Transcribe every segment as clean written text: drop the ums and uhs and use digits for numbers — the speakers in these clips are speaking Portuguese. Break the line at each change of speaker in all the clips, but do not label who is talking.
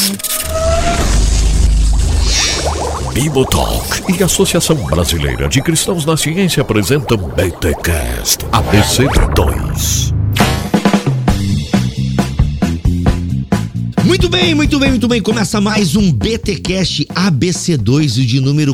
Bibotalk e a Associação Brasileira de Cristãos na Ciência apresentam BTcast ABC2.
Muito bem. Começa mais um BTcast ABC2 de número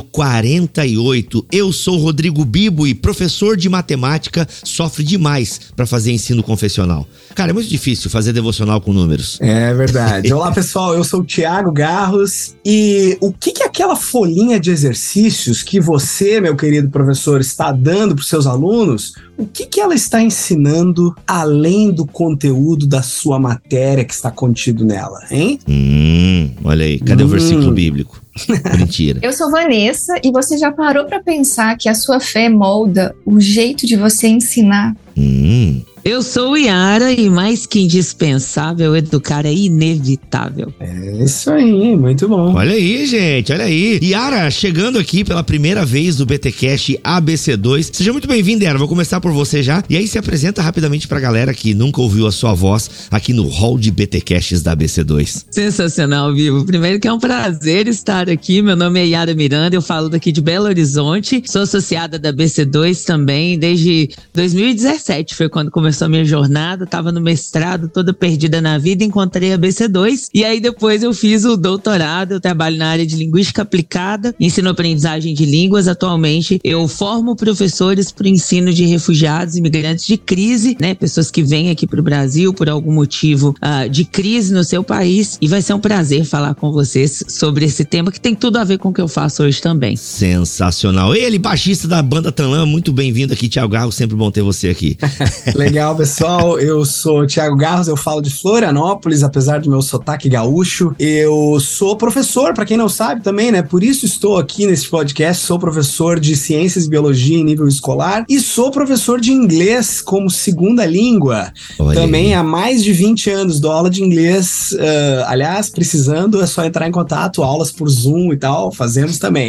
48. Eu sou Rodrigo Bibo e professor de matemática sofre demais para fazer ensino confessional. Cara, é muito difícil fazer devocional com números.
É verdade. Olá, pessoal. Eu sou o Thiago Garros e o que é aquela folhinha de exercícios que você, meu querido professor, está dando para os seus alunos? O que ela está ensinando além do conteúdo da sua matéria que está contido nela, hein?
Olha aí, cadê o versículo bíblico? Mentira.
Eu sou Vanessa e você já parou para pensar que a sua fé molda o jeito de você ensinar?
Eu sou Yara e mais que indispensável, educar é inevitável.
É isso aí, muito bom.
Olha aí, gente, olha aí. Yara, chegando aqui pela primeira vez do BTcast ABC2. Seja muito bem-vinda, Yara. Vou começar por você já. E aí se apresenta rapidamente pra galera que nunca ouviu a sua voz aqui no hall de BTcasts da ABC2.
Sensacional, Vivo. Primeiro que é um prazer estar aqui. Meu nome é Yara Miranda, eu falo daqui de Belo Horizonte. Sou associada da ABC2 também desde 2017, foi quando começou a minha jornada, tava no mestrado, toda perdida na vida, encontrei a BC2 e aí depois eu fiz o doutorado, eu trabalho na área de linguística aplicada, ensino-aprendizagem de línguas. Atualmente eu formo professores para o ensino de refugiados, imigrantes de crise, né, pessoas que vêm aqui para o Brasil por algum motivo de crise no seu país, e vai ser um prazer falar com vocês sobre esse tema que tem tudo a ver com o que eu faço hoje também.
Sensacional. Ele, baixista da banda Tanlã, muito bem-vindo aqui, Thiago Garros, sempre bom ter você aqui.
Legal, pessoal. Eu sou o Thiago Garros, eu falo de Florianópolis, apesar do meu sotaque gaúcho. Eu sou professor, pra quem não sabe também, né? Por isso estou aqui nesse podcast. Sou professor de Ciências e Biologia em nível escolar e sou professor de inglês como segunda língua.
Olha
também
aí.
há mais de 20 anos dou aula de inglês. Aliás, precisando, é só entrar em contato, aulas por Zoom e tal, fazemos também.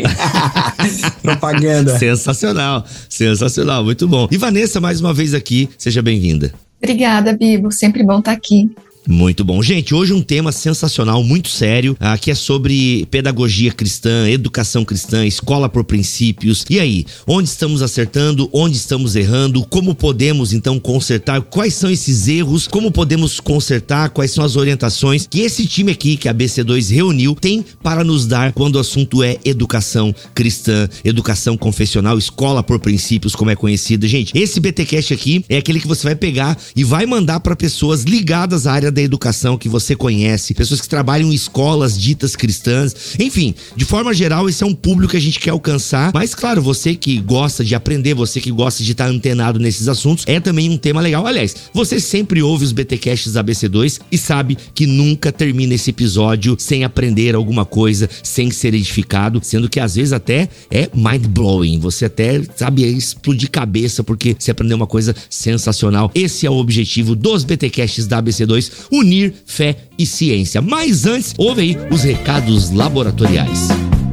Propaganda.
Sensacional, muito bom. E Vanessa, mais uma vez aqui, seja bem-vinda.
Obrigada, Bibo. Sempre bom estar aqui.
Muito bom. Gente, hoje um tema sensacional, muito sério, que é sobre pedagogia cristã, educação cristã, escola por princípios. E aí, onde estamos acertando, onde estamos errando, como podemos então consertar, quais são esses erros, como podemos consertar, quais são as orientações que esse time aqui, que a BC2 reuniu, tem para nos dar quando o assunto é educação cristã, educação confessional, escola por princípios, como é conhecida. Gente, esse BTcast aqui é aquele que você vai pegar e vai mandar para pessoas ligadas à área da educação que você conhece, pessoas que trabalham em escolas ditas cristãs, enfim, de forma geral esse é um público que a gente quer alcançar, mas claro, você que gosta de aprender, você que gosta de estar antenado nesses assuntos, é também um tema legal. Aliás, você sempre ouve os BTcasts da ABC2 e sabe que nunca termina esse episódio sem aprender alguma coisa, sem ser edificado, sendo que às vezes até é mind-blowing, você até sabe explodir cabeça porque você aprendeu uma coisa sensacional. Esse é o objetivo dos BTcasts da ABC2, unir fé e ciência. Mas antes, ouve aí os recados laboratoriais.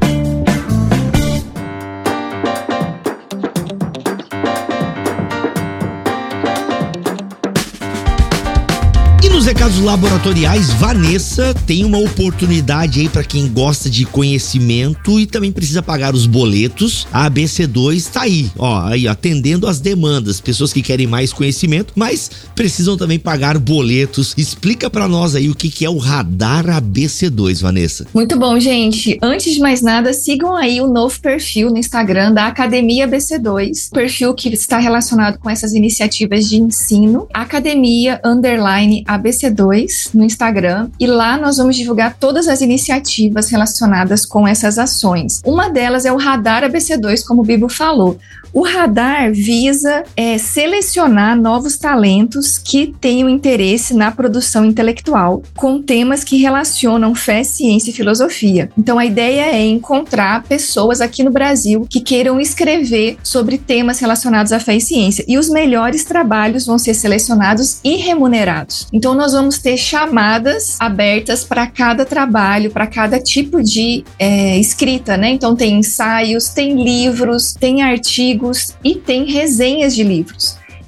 Nos recados laboratoriais, Vanessa tem uma oportunidade aí para quem gosta de conhecimento e também precisa pagar os boletos. A ABC2 tá aí, atendendo as demandas, pessoas que querem mais conhecimento, mas precisam também pagar boletos. Explica para nós aí o que é o Radar ABC2, Vanessa.
Muito bom, gente. Antes de mais nada, sigam aí o novo perfil no Instagram da Academia ABC2, perfil que está relacionado com essas iniciativas de ensino, Academia_ABC2 no Instagram, e lá nós vamos divulgar todas as iniciativas relacionadas com essas ações. Uma delas é o Radar ABC2, como o Bibo falou. O Radar visa selecionar novos talentos que tenham interesse na produção intelectual com temas que relacionam fé, ciência e filosofia. Então a ideia é encontrar pessoas aqui no Brasil que queiram escrever sobre temas relacionados à fé e ciência, e os melhores trabalhos vão ser selecionados e remunerados. Então nós vamos ter chamadas abertas para cada trabalho, para cada tipo de escrita, né? Então tem ensaios, tem livros, tem artigos e tem resenhas de livros.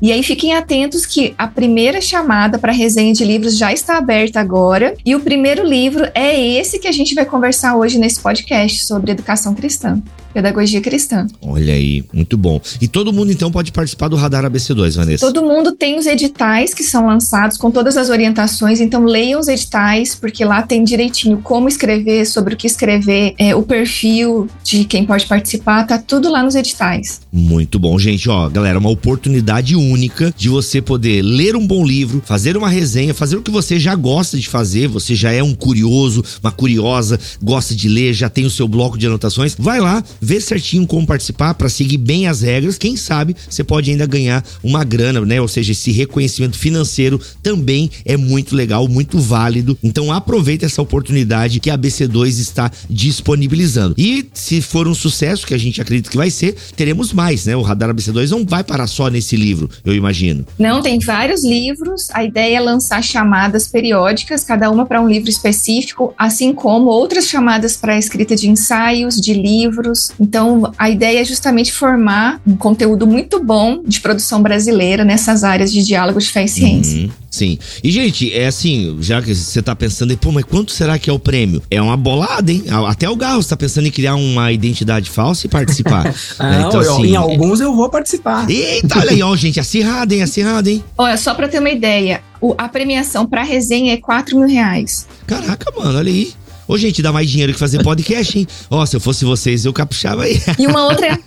E aí fiquem atentos que a primeira chamada para resenha de livros já está aberta agora, e o primeiro livro é esse que a gente vai conversar hoje nesse podcast sobre educação cristã. Pedagogia cristã.
Olha aí, muito bom. E todo mundo, então, pode participar do Radar ABC2, Vanessa?
Todo mundo tem os editais que são lançados com todas as orientações, então leiam os editais, porque lá tem direitinho como escrever, sobre o que escrever, o perfil de quem pode participar, tá tudo lá nos editais.
Muito bom, gente. Ó, galera, uma oportunidade única de você poder ler um bom livro, fazer uma resenha, fazer o que você já gosta de fazer, você já é um curioso, uma curiosa, gosta de ler, já tem o seu bloco de anotações, vai lá, vê certinho como participar para seguir bem as regras. Quem sabe você pode ainda ganhar uma grana, né? Ou seja, esse reconhecimento financeiro também é muito legal, muito válido. Então aproveita essa oportunidade que a ABC2 está disponibilizando. E se for um sucesso, que a gente acredita que vai ser, teremos mais, né? O Radar ABC2 não vai parar só nesse livro, eu imagino.
Não, tem vários livros. A ideia é lançar chamadas periódicas, cada uma para um livro específico, assim como outras chamadas para a escrita de ensaios, de livros. Então, a ideia é justamente formar um conteúdo muito bom de produção brasileira nessas áreas de diálogo de fé e ciência.
Sim. E, gente, é assim, já que você tá pensando aí, pô, mas quanto será que é o prêmio? É uma bolada, hein? Até o Garros tá pensando em criar uma identidade falsa e participar.
Não,
então, assim,
em alguns eu vou participar.
Eita, olha aí, ó, gente, acirrado, hein?
Olha, só pra ter uma ideia, a premiação pra resenha é R$4.000.
Caraca, mano, olha aí. Ô, gente, dá mais dinheiro que fazer podcast, hein? Ó, se eu fosse vocês, eu caprichava aí.
E uma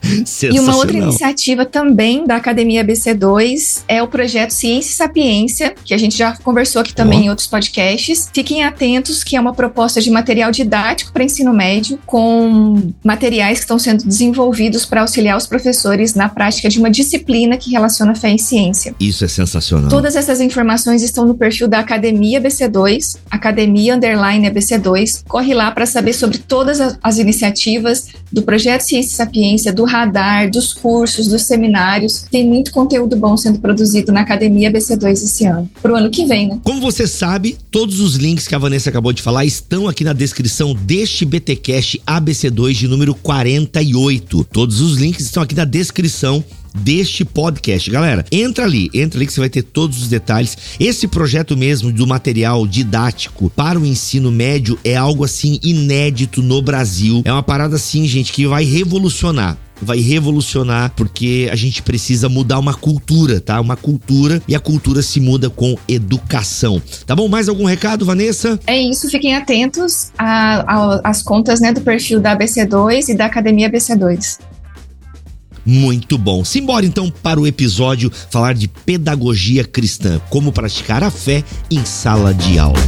outra iniciativa também da Academia ABC2 é o projeto Ciência e Sapiência, que a gente já conversou aqui também em outros podcasts. Fiquem atentos que é uma proposta de material didático para ensino médio, com materiais que estão sendo desenvolvidos para auxiliar os professores na prática de uma disciplina que relaciona fé e ciência.
Isso é sensacional.
Todas essas informações estão no perfil da Academia ABC2, Academia_ABC2. Corre lá para saber sobre todas as iniciativas do Projeto Ciência e Sapiência, do Radar, dos cursos, dos seminários. Tem muito conteúdo bom sendo produzido na Academia ABC2 esse ano, pro ano que vem, né?
Como você sabe, todos os links que a Vanessa acabou de falar estão aqui na descrição deste BTcast ABC2 de número 48. Todos os links estão aqui na descrição deste podcast. Galera, entra ali que você vai ter todos os detalhes. Esse projeto mesmo do material didático para o ensino médio é algo assim inédito no Brasil. É uma parada assim, gente, que vai revolucionar, porque a gente precisa mudar uma cultura, tá? Uma cultura, e a cultura se muda com educação. Tá bom? Mais algum recado, Vanessa?
É isso, fiquem atentos às contas, né, do perfil da ABC2 e da Academia ABC2.
Muito bom. Simbora então para o episódio falar de pedagogia cristã, como praticar a fé em sala de aula.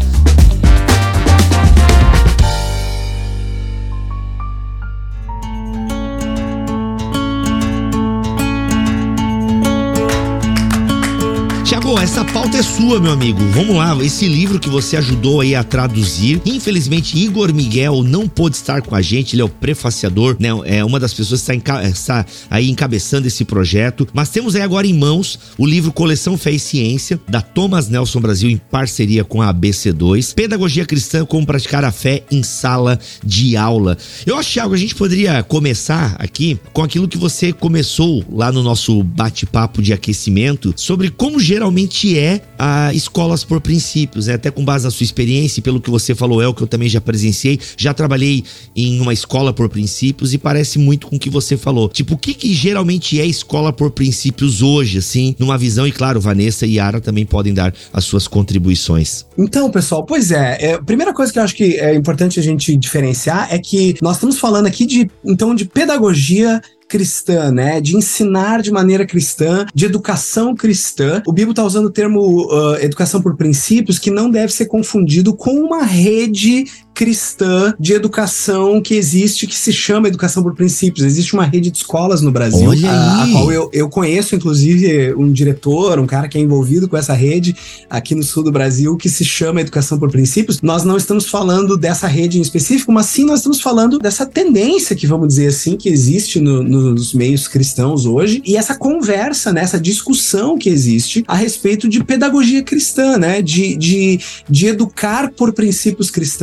Tiago, essa pauta é sua, meu amigo. Vamos lá, esse livro que você ajudou aí a traduzir. Infelizmente, Igor Miguel não pôde estar com a gente, ele é o prefaciador, né? É uma das pessoas que está aí encabeçando esse projeto. Mas temos aí agora em mãos o livro Coleção Fé e Ciência, da Thomas Nelson Brasil, em parceria com a ABC2. Pedagogia Cristã, como praticar a fé em sala de aula. Eu acho, Tiago, a gente poderia começar aqui com aquilo que você começou lá no nosso bate-papo de aquecimento, sobre como geralmente é a escolas por princípios, né? Até com base na sua experiência e pelo que você falou, que eu também já presenciei, já trabalhei em uma escola por princípios e parece muito com o que você falou. Tipo, o que geralmente é escola por princípios hoje, assim, numa visão, e claro, Vanessa e Yara também podem dar as suas contribuições.
Então, pessoal, pois a primeira coisa que eu acho que é importante a gente diferenciar é que nós estamos falando aqui de pedagogia cristã, né? De ensinar de maneira cristã, de educação cristã. O Bibo está usando o termo educação por princípios, que não deve ser confundido com uma rede cristã de educação que existe, que se chama Educação por Princípios. Existe uma rede de escolas no Brasil, a qual eu conheço, inclusive, um diretor, um cara que é envolvido com essa rede aqui no sul do Brasil, que se chama Educação por Princípios. Nós não estamos falando dessa rede em específico, mas sim nós estamos falando dessa tendência, que vamos dizer assim, que existe nos meios cristãos hoje, e essa conversa, né, essa discussão que existe a respeito de pedagogia cristã, né, de educar por princípios cristãos, de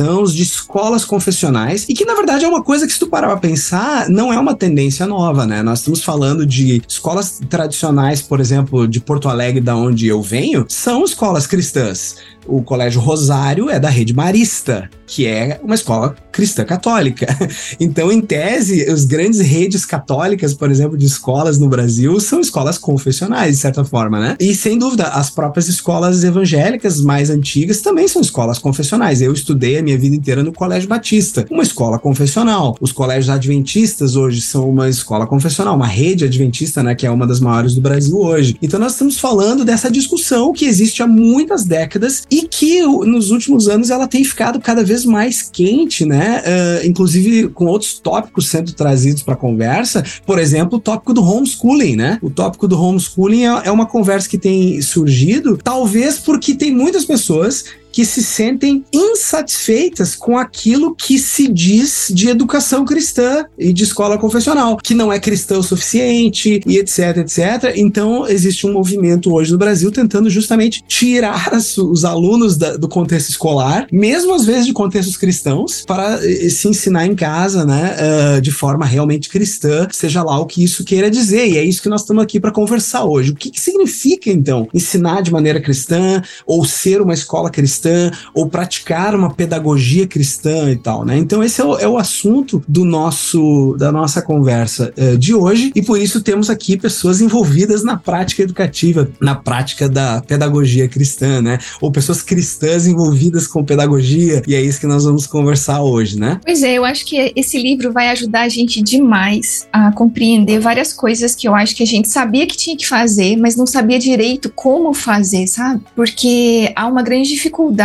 escolas confessionais, e que na verdade é uma coisa que, se tu parar pra pensar, não é uma tendência nova, né? Nós estamos falando de escolas tradicionais, por exemplo, de Porto Alegre, da onde eu venho, são escolas cristãs. O Colégio Rosário é da Rede Marista, que é uma escola cristã católica. Então, em tese, as grandes redes católicas, por exemplo, de escolas no Brasil, são escolas confessionais, de certa forma, né? E, sem dúvida, as próprias escolas evangélicas mais antigas também são escolas confessionais. Eu estudei a minha vida inteira no Colégio Batista, uma escola confessional. Os colégios adventistas hoje são uma escola confessional, uma rede adventista, né, que é uma das maiores do Brasil hoje. Então, nós estamos falando dessa discussão que existe há muitas décadas e que nos últimos anos ela tem ficado cada vez mais quente, né? Inclusive com outros tópicos sendo trazidos para a conversa, por exemplo, o tópico do homeschooling, né? O tópico do homeschooling é uma conversa que tem surgido, talvez porque tem muitas pessoas que se sentem insatisfeitas com aquilo que se diz de educação cristã e de escola confessional, que não é cristã o suficiente e etc, etc. Então, existe um movimento hoje no Brasil tentando justamente tirar os alunos do contexto escolar, mesmo às vezes de contextos cristãos, para se ensinar em casa, né, de forma realmente cristã, seja lá o que isso queira dizer. E é isso que nós estamos aqui para conversar hoje. O que significa, então, ensinar de maneira cristã, ou ser uma escola cristã, ou praticar uma pedagogia cristã e tal, né? Então esse é o assunto da nossa conversa de hoje, e por isso temos aqui pessoas envolvidas na prática educativa, na prática da pedagogia cristã, né? Ou pessoas cristãs envolvidas com pedagogia, e é isso que nós vamos conversar hoje, né?
Pois é, eu acho que esse livro vai ajudar a gente demais a compreender várias coisas que eu acho que a gente sabia que tinha que fazer, mas não sabia direito como fazer, sabe? Porque há uma grande dificuldade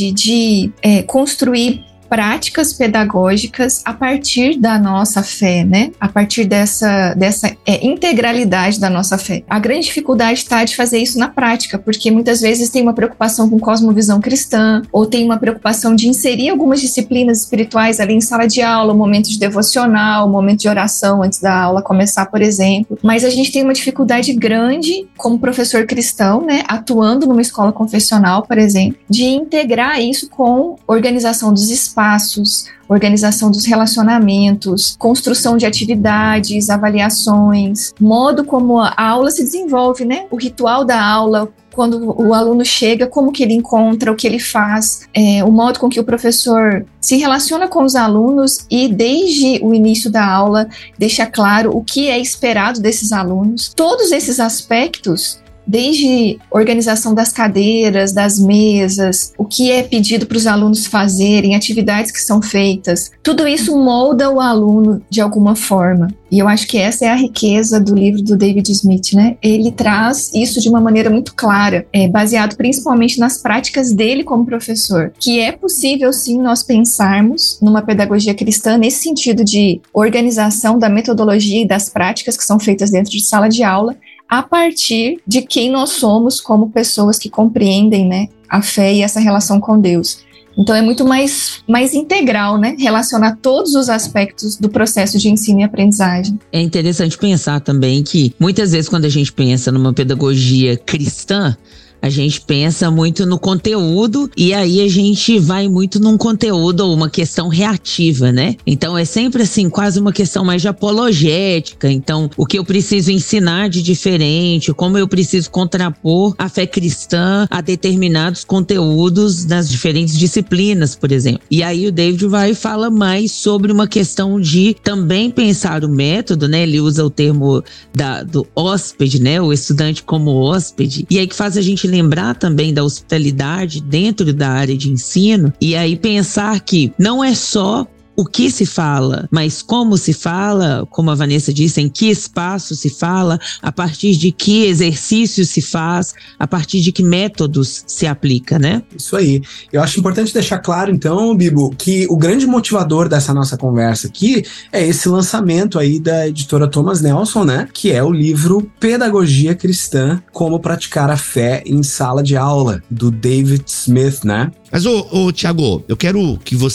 de construir práticas pedagógicas a partir da nossa fé, né? A partir dessa integralidade da nossa fé. A grande dificuldade está de fazer isso na prática, porque muitas vezes tem uma preocupação com cosmovisão cristã, ou tem uma preocupação de inserir algumas disciplinas espirituais ali em sala de aula, um momento de devocional, um momento de oração antes da aula começar, por exemplo. Mas a gente tem uma dificuldade grande, como professor cristão, né? Atuando numa escola confessional, por exemplo, de integrar isso com organização dos espaços, organização dos relacionamentos, construção de atividades, avaliações, modo como a aula se desenvolve, né? O ritual da aula, quando o aluno chega, como que ele encontra, o que ele faz, o modo com que o professor se relaciona com os alunos e, desde o início da aula, deixa claro o que é esperado desses alunos. Todos esses aspectos, desde organização das cadeiras, das mesas, o que é pedido para os alunos fazerem, atividades que são feitas, tudo isso molda o aluno de alguma forma. E eu acho que essa é a riqueza do livro do David Smith, né? Ele traz isso de uma maneira muito clara, baseado principalmente nas práticas dele como professor, que é possível sim nós pensarmos numa pedagogia cristã nesse sentido de organização da metodologia e das práticas que são feitas dentro de sala de aula, a partir de quem nós somos como pessoas que compreendem, né, a fé e essa relação com Deus. Então é muito mais integral, né, relacionar todos os aspectos do processo de ensino e aprendizagem.
É interessante pensar também que muitas vezes quando a gente pensa numa pedagogia cristã, a gente pensa muito no conteúdo e aí a gente vai muito num conteúdo ou uma questão reativa, né? Então é sempre assim, quase uma questão mais de apologética. Então, o que eu preciso ensinar de diferente, como eu preciso contrapor a fé cristã a determinados conteúdos das diferentes disciplinas, por exemplo. E aí o David vai e fala mais sobre uma questão de também pensar o método, né? Ele usa o termo do hóspede, né? O estudante como hóspede. E aí que faz a gente lembrar também da hospitalidade dentro da área de ensino, e aí pensar que não é só o que se fala, mas como se fala, como a Vanessa disse, em que espaço se fala, a partir de que exercício se faz, a partir de que métodos se aplica, né?
Isso aí. Eu acho importante deixar claro, então, Bibo, que o grande motivador dessa nossa conversa aqui é esse lançamento aí da editora Thomas Nelson, né? Que é o livro Pedagogia Cristã, Como Praticar a Fé em Sala de Aula, do David Smith, né?
Mas, Tiago, eu quero que você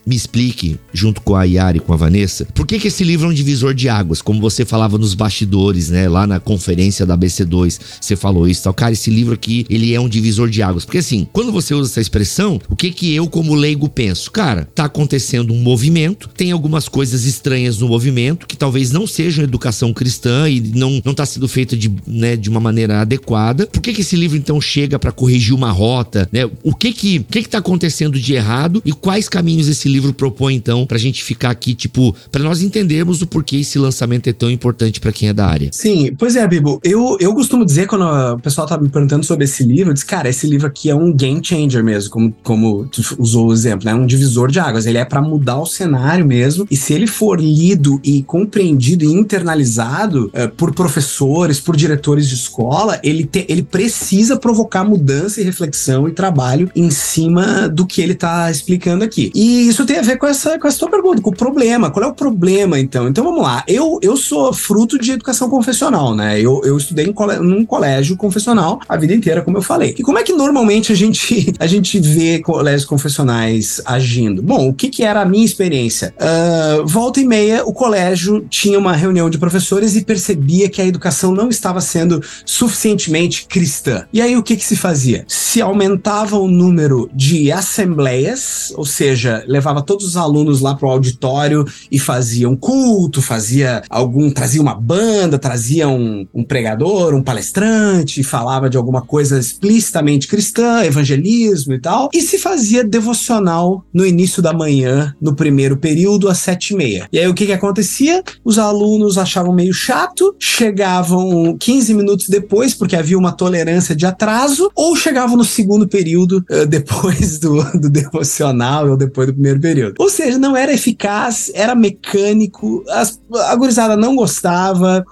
me explique, junto com a Yara e com a Vanessa, por que esse livro é um divisor de águas, como você falava nos bastidores, né? Lá na conferência da BC2, você falou isso, tal. Cara, esse livro aqui, ele é um divisor de águas. Porque assim, quando você usa essa expressão, o que eu como leigo penso? Cara, tá acontecendo um movimento, tem algumas coisas estranhas no movimento, que talvez não sejam educação cristã e não tá sendo feita de uma maneira adequada. Por que esse livro então chega pra corrigir uma rota, né? O que tá acontecendo de errado e quais caminhos esse livro propõe então pra gente ficar aqui, tipo, pra nós entendermos o porquê esse lançamento é tão importante pra quem é da área?
Sim, pois é, Bibo, eu costumo dizer, quando o pessoal tá me perguntando sobre esse livro, eu disse, cara, esse livro aqui é um game changer mesmo, como tu usou o exemplo, né? Um divisor de águas, ele é pra mudar o cenário mesmo, e se ele for lido e compreendido e internalizado por professores, por diretores de escola, ele precisa provocar mudança e reflexão e trabalho em cima do que ele tá explicando aqui. E isso tem a ver com essa tua pergunta, com o problema. Qual é o problema, então? Então vamos lá, eu sou fruto de educação confessional, né? Eu estudei num colégio confessional a vida inteira, como eu falei. E como é que normalmente a gente vê colégios confessionais agindo? Bom, o que era a minha experiência? Volta e meia, o colégio tinha uma reunião de professores e percebia que a educação não estava sendo suficientemente cristã. E aí o que se fazia? Se aumentava o número de assembleias, ou seja, levava todos os alunos lá pro auditório e fazia um culto, trazia uma banda, trazia um pregador, um palestrante, falava de alguma coisa explicitamente cristã, evangelismo e tal, e se fazia devocional no início da manhã, no primeiro período, às 7h30. E aí o que acontecia? Os alunos achavam meio chato, chegavam 15 minutos depois, porque havia uma tolerância de atraso, ou chegavam no segundo período, depois do devocional ou depois do primeiro período. Ou seja, não era eficaz, era mecânico, a gurizada não gostava,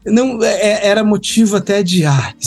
era motivo até de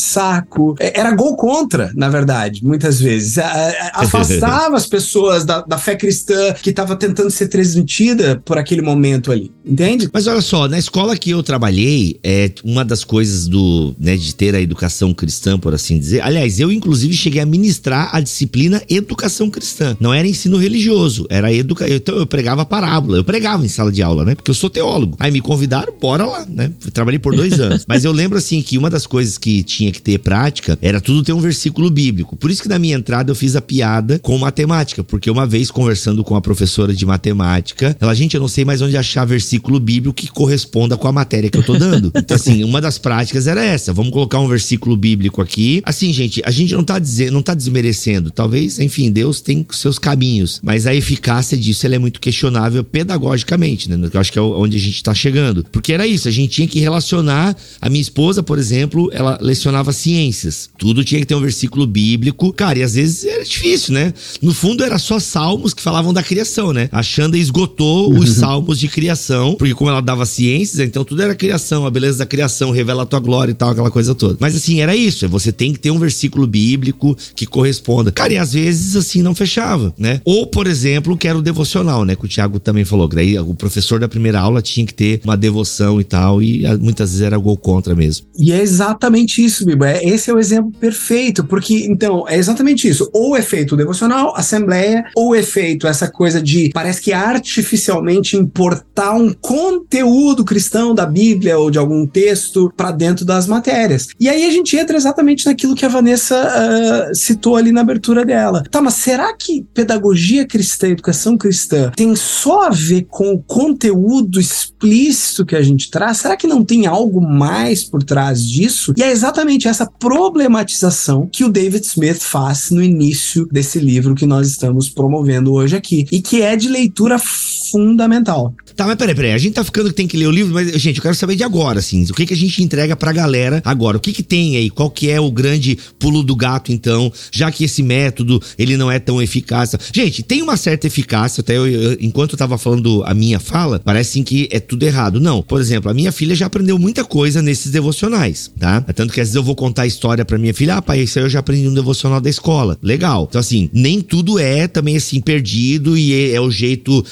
saco, era gol contra, na verdade, muitas vezes. Afastava as pessoas da fé cristã que estava tentando ser transmitida por aquele momento ali, entende?
Mas olha só, na escola que eu trabalhei, uma das coisas de ter a educação cristã, por assim dizer, aliás, eu inclusive cheguei a ministrar a disciplina educação cristã, não era ensino religioso, era então eu pregava parábola, eu pregava em sala de aula, né, porque eu sou teólogo, aí me convidaram, bora lá, né, trabalhei por 2 anos, mas eu lembro assim que uma das coisas que tinha que ter prática era tudo ter um versículo bíblico, por isso que na minha entrada eu fiz a piada com matemática, porque uma vez conversando com a professora de matemática, ela, gente, eu não sei mais onde achar versículo bíblico que corresponda com a matéria que eu tô dando, então assim, uma das práticas era essa, vamos colocar um versículo bíblico aqui, assim, gente, a gente não tá desmerecendo, talvez, enfim, Deus tem seus caminhos, mas a eficácia disso, ela é muito questionável pedagogicamente, né, eu acho que é onde a gente tá chegando, porque era isso, a gente tinha que relacionar, a minha esposa, por exemplo, ela lecionava ciências, tudo tinha que ter um versículo bíblico, cara, e às vezes era difícil, né, no fundo era só salmos que falavam da criação, né, a Xanda esgotou os salmos de criação, porque como ela dava ciências, então tudo era criação, a beleza da criação, revela a tua glória e tal, aquela coisa toda, mas assim, era isso, você tem que ter um versículo bíblico que corresponda, cara, e às vezes assim não fechava, né, ou por exemplo, que era o devocional, né, que o Thiago também falou, que daí o professor da primeira aula tinha que ter uma devoção e tal, e muitas vezes era gol contra mesmo.
E é exatamente isso, Bibo, esse é o exemplo perfeito, porque então, é exatamente isso, ou é feito o devocional, assembleia, ou é feito essa coisa de, parece que artificialmente importar um conteúdo cristão da Bíblia ou de algum texto pra dentro das matérias. E aí a gente entra exatamente naquilo que a Vanessa citou ali na abertura dela. Tá, mas será que pedagogia cristã, educação cristã, tem só a ver com o conteúdo explícito que a gente traz? Será que não tem algo mais por trás disso? E é exatamente essa problematização que o David Smith faz no início desse livro que nós estamos promovendo hoje aqui, e que é de leitura fundamental.
Tá, mas peraí, a gente tá ficando que tem que ler o livro, mas, gente, eu quero saber de agora, assim, o que a gente entrega pra galera agora, o que tem aí, qual que é o grande pulo do gato, então, já que esse método, ele não é tão eficaz. Gente, tem uma certa eficácia, até enquanto eu tava falando a minha fala, parece assim que é tudo errado. Não, por exemplo, a minha filha já aprendeu muita coisa nesses devocionais, tá? Tanto que às vezes eu vou contar a história pra minha filha, pai, isso aí eu já aprendi no devocional da escola, legal. Então assim, nem tudo é também assim perdido e é o jeito, eu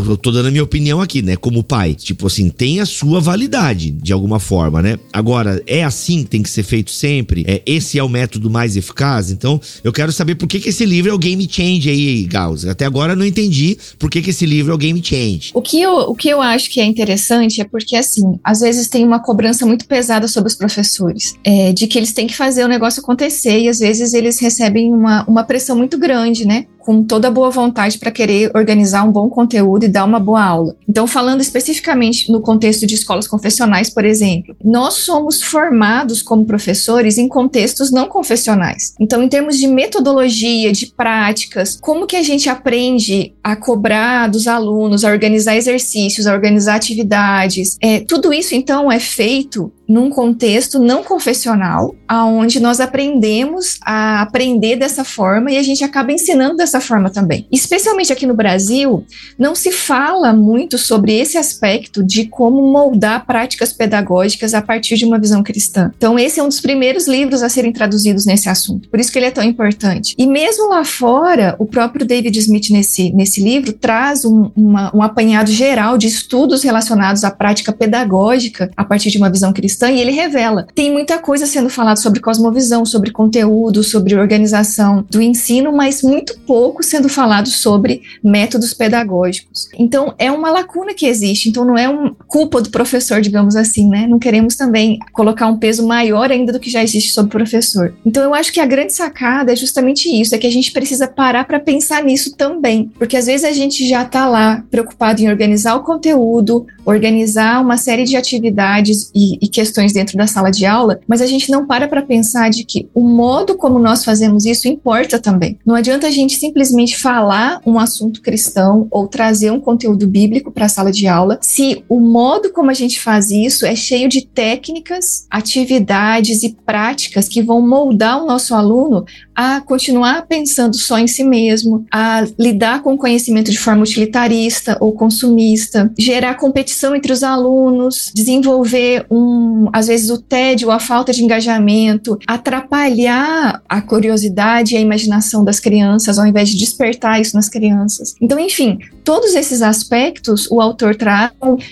eu tô dando a minha opinião aqui, né, como pai. Tipo assim, tem a sua validade, de alguma forma, né? Agora, é assim que tem que ser feito sempre? Esse é o método mais eficaz? Então, eu quero saber por que esse livro é o game change aí, Gauss. Até agora eu não entendi por que esse livro é o game change.
O que eu acho que é interessante é porque, assim, às vezes tem uma cobrança muito pesada sobre os professores, de que eles têm que fazer o negócio acontecer, e às vezes eles recebem uma pressão muito grande, né? Com toda a boa vontade para querer organizar um bom conteúdo e dar uma boa aula. Então, falando especificamente no contexto de escolas confessionais, por exemplo, nós somos formados como professores em contextos não confessionais. Então, em termos de metodologia, de práticas, como que a gente aprende a cobrar dos alunos, a organizar exercícios, a organizar atividades, tudo isso, então, é feito num contexto não confessional, aonde nós aprendemos a aprender dessa forma e a gente acaba ensinando dessa forma também. Especialmente aqui no Brasil, não se fala muito sobre esse aspecto de como moldar práticas pedagógicas a partir de uma visão cristã. Então, esse é um dos primeiros livros a serem traduzidos nesse assunto, por isso que ele é tão importante. E mesmo lá fora, o próprio David Smith nesse livro traz um apanhado geral de estudos relacionados à prática pedagógica a partir de uma visão cristã. E ele revela, tem muita coisa sendo falada sobre cosmovisão, sobre conteúdo, sobre organização do ensino, mas muito pouco sendo falado sobre métodos pedagógicos. Então, é uma lacuna que existe, então não é uma culpa do professor, digamos assim, né? Não queremos também colocar um peso maior ainda do que já existe sobre o professor. Então, eu acho que a grande sacada é justamente isso, é que a gente precisa parar para pensar nisso também, porque às vezes a gente já está lá preocupado em organizar o conteúdo, organizar uma série de atividades e questões dentro da sala de aula, mas a gente não para pensar de que o modo como nós fazemos isso importa também. Não adianta a gente simplesmente falar um assunto cristão ou trazer um conteúdo bíblico para a sala de aula se o modo como a gente faz isso é cheio de técnicas, atividades e práticas que vão moldar o nosso aluno a continuar pensando só em si mesmo, a lidar com o conhecimento de forma utilitarista ou consumista, gerar competição entre os alunos, desenvolver às vezes o tédio, a falta de engajamento, atrapalhar a curiosidade e a imaginação das crianças, ao invés de despertar isso nas crianças. Então, enfim, todos esses aspectos o autor traz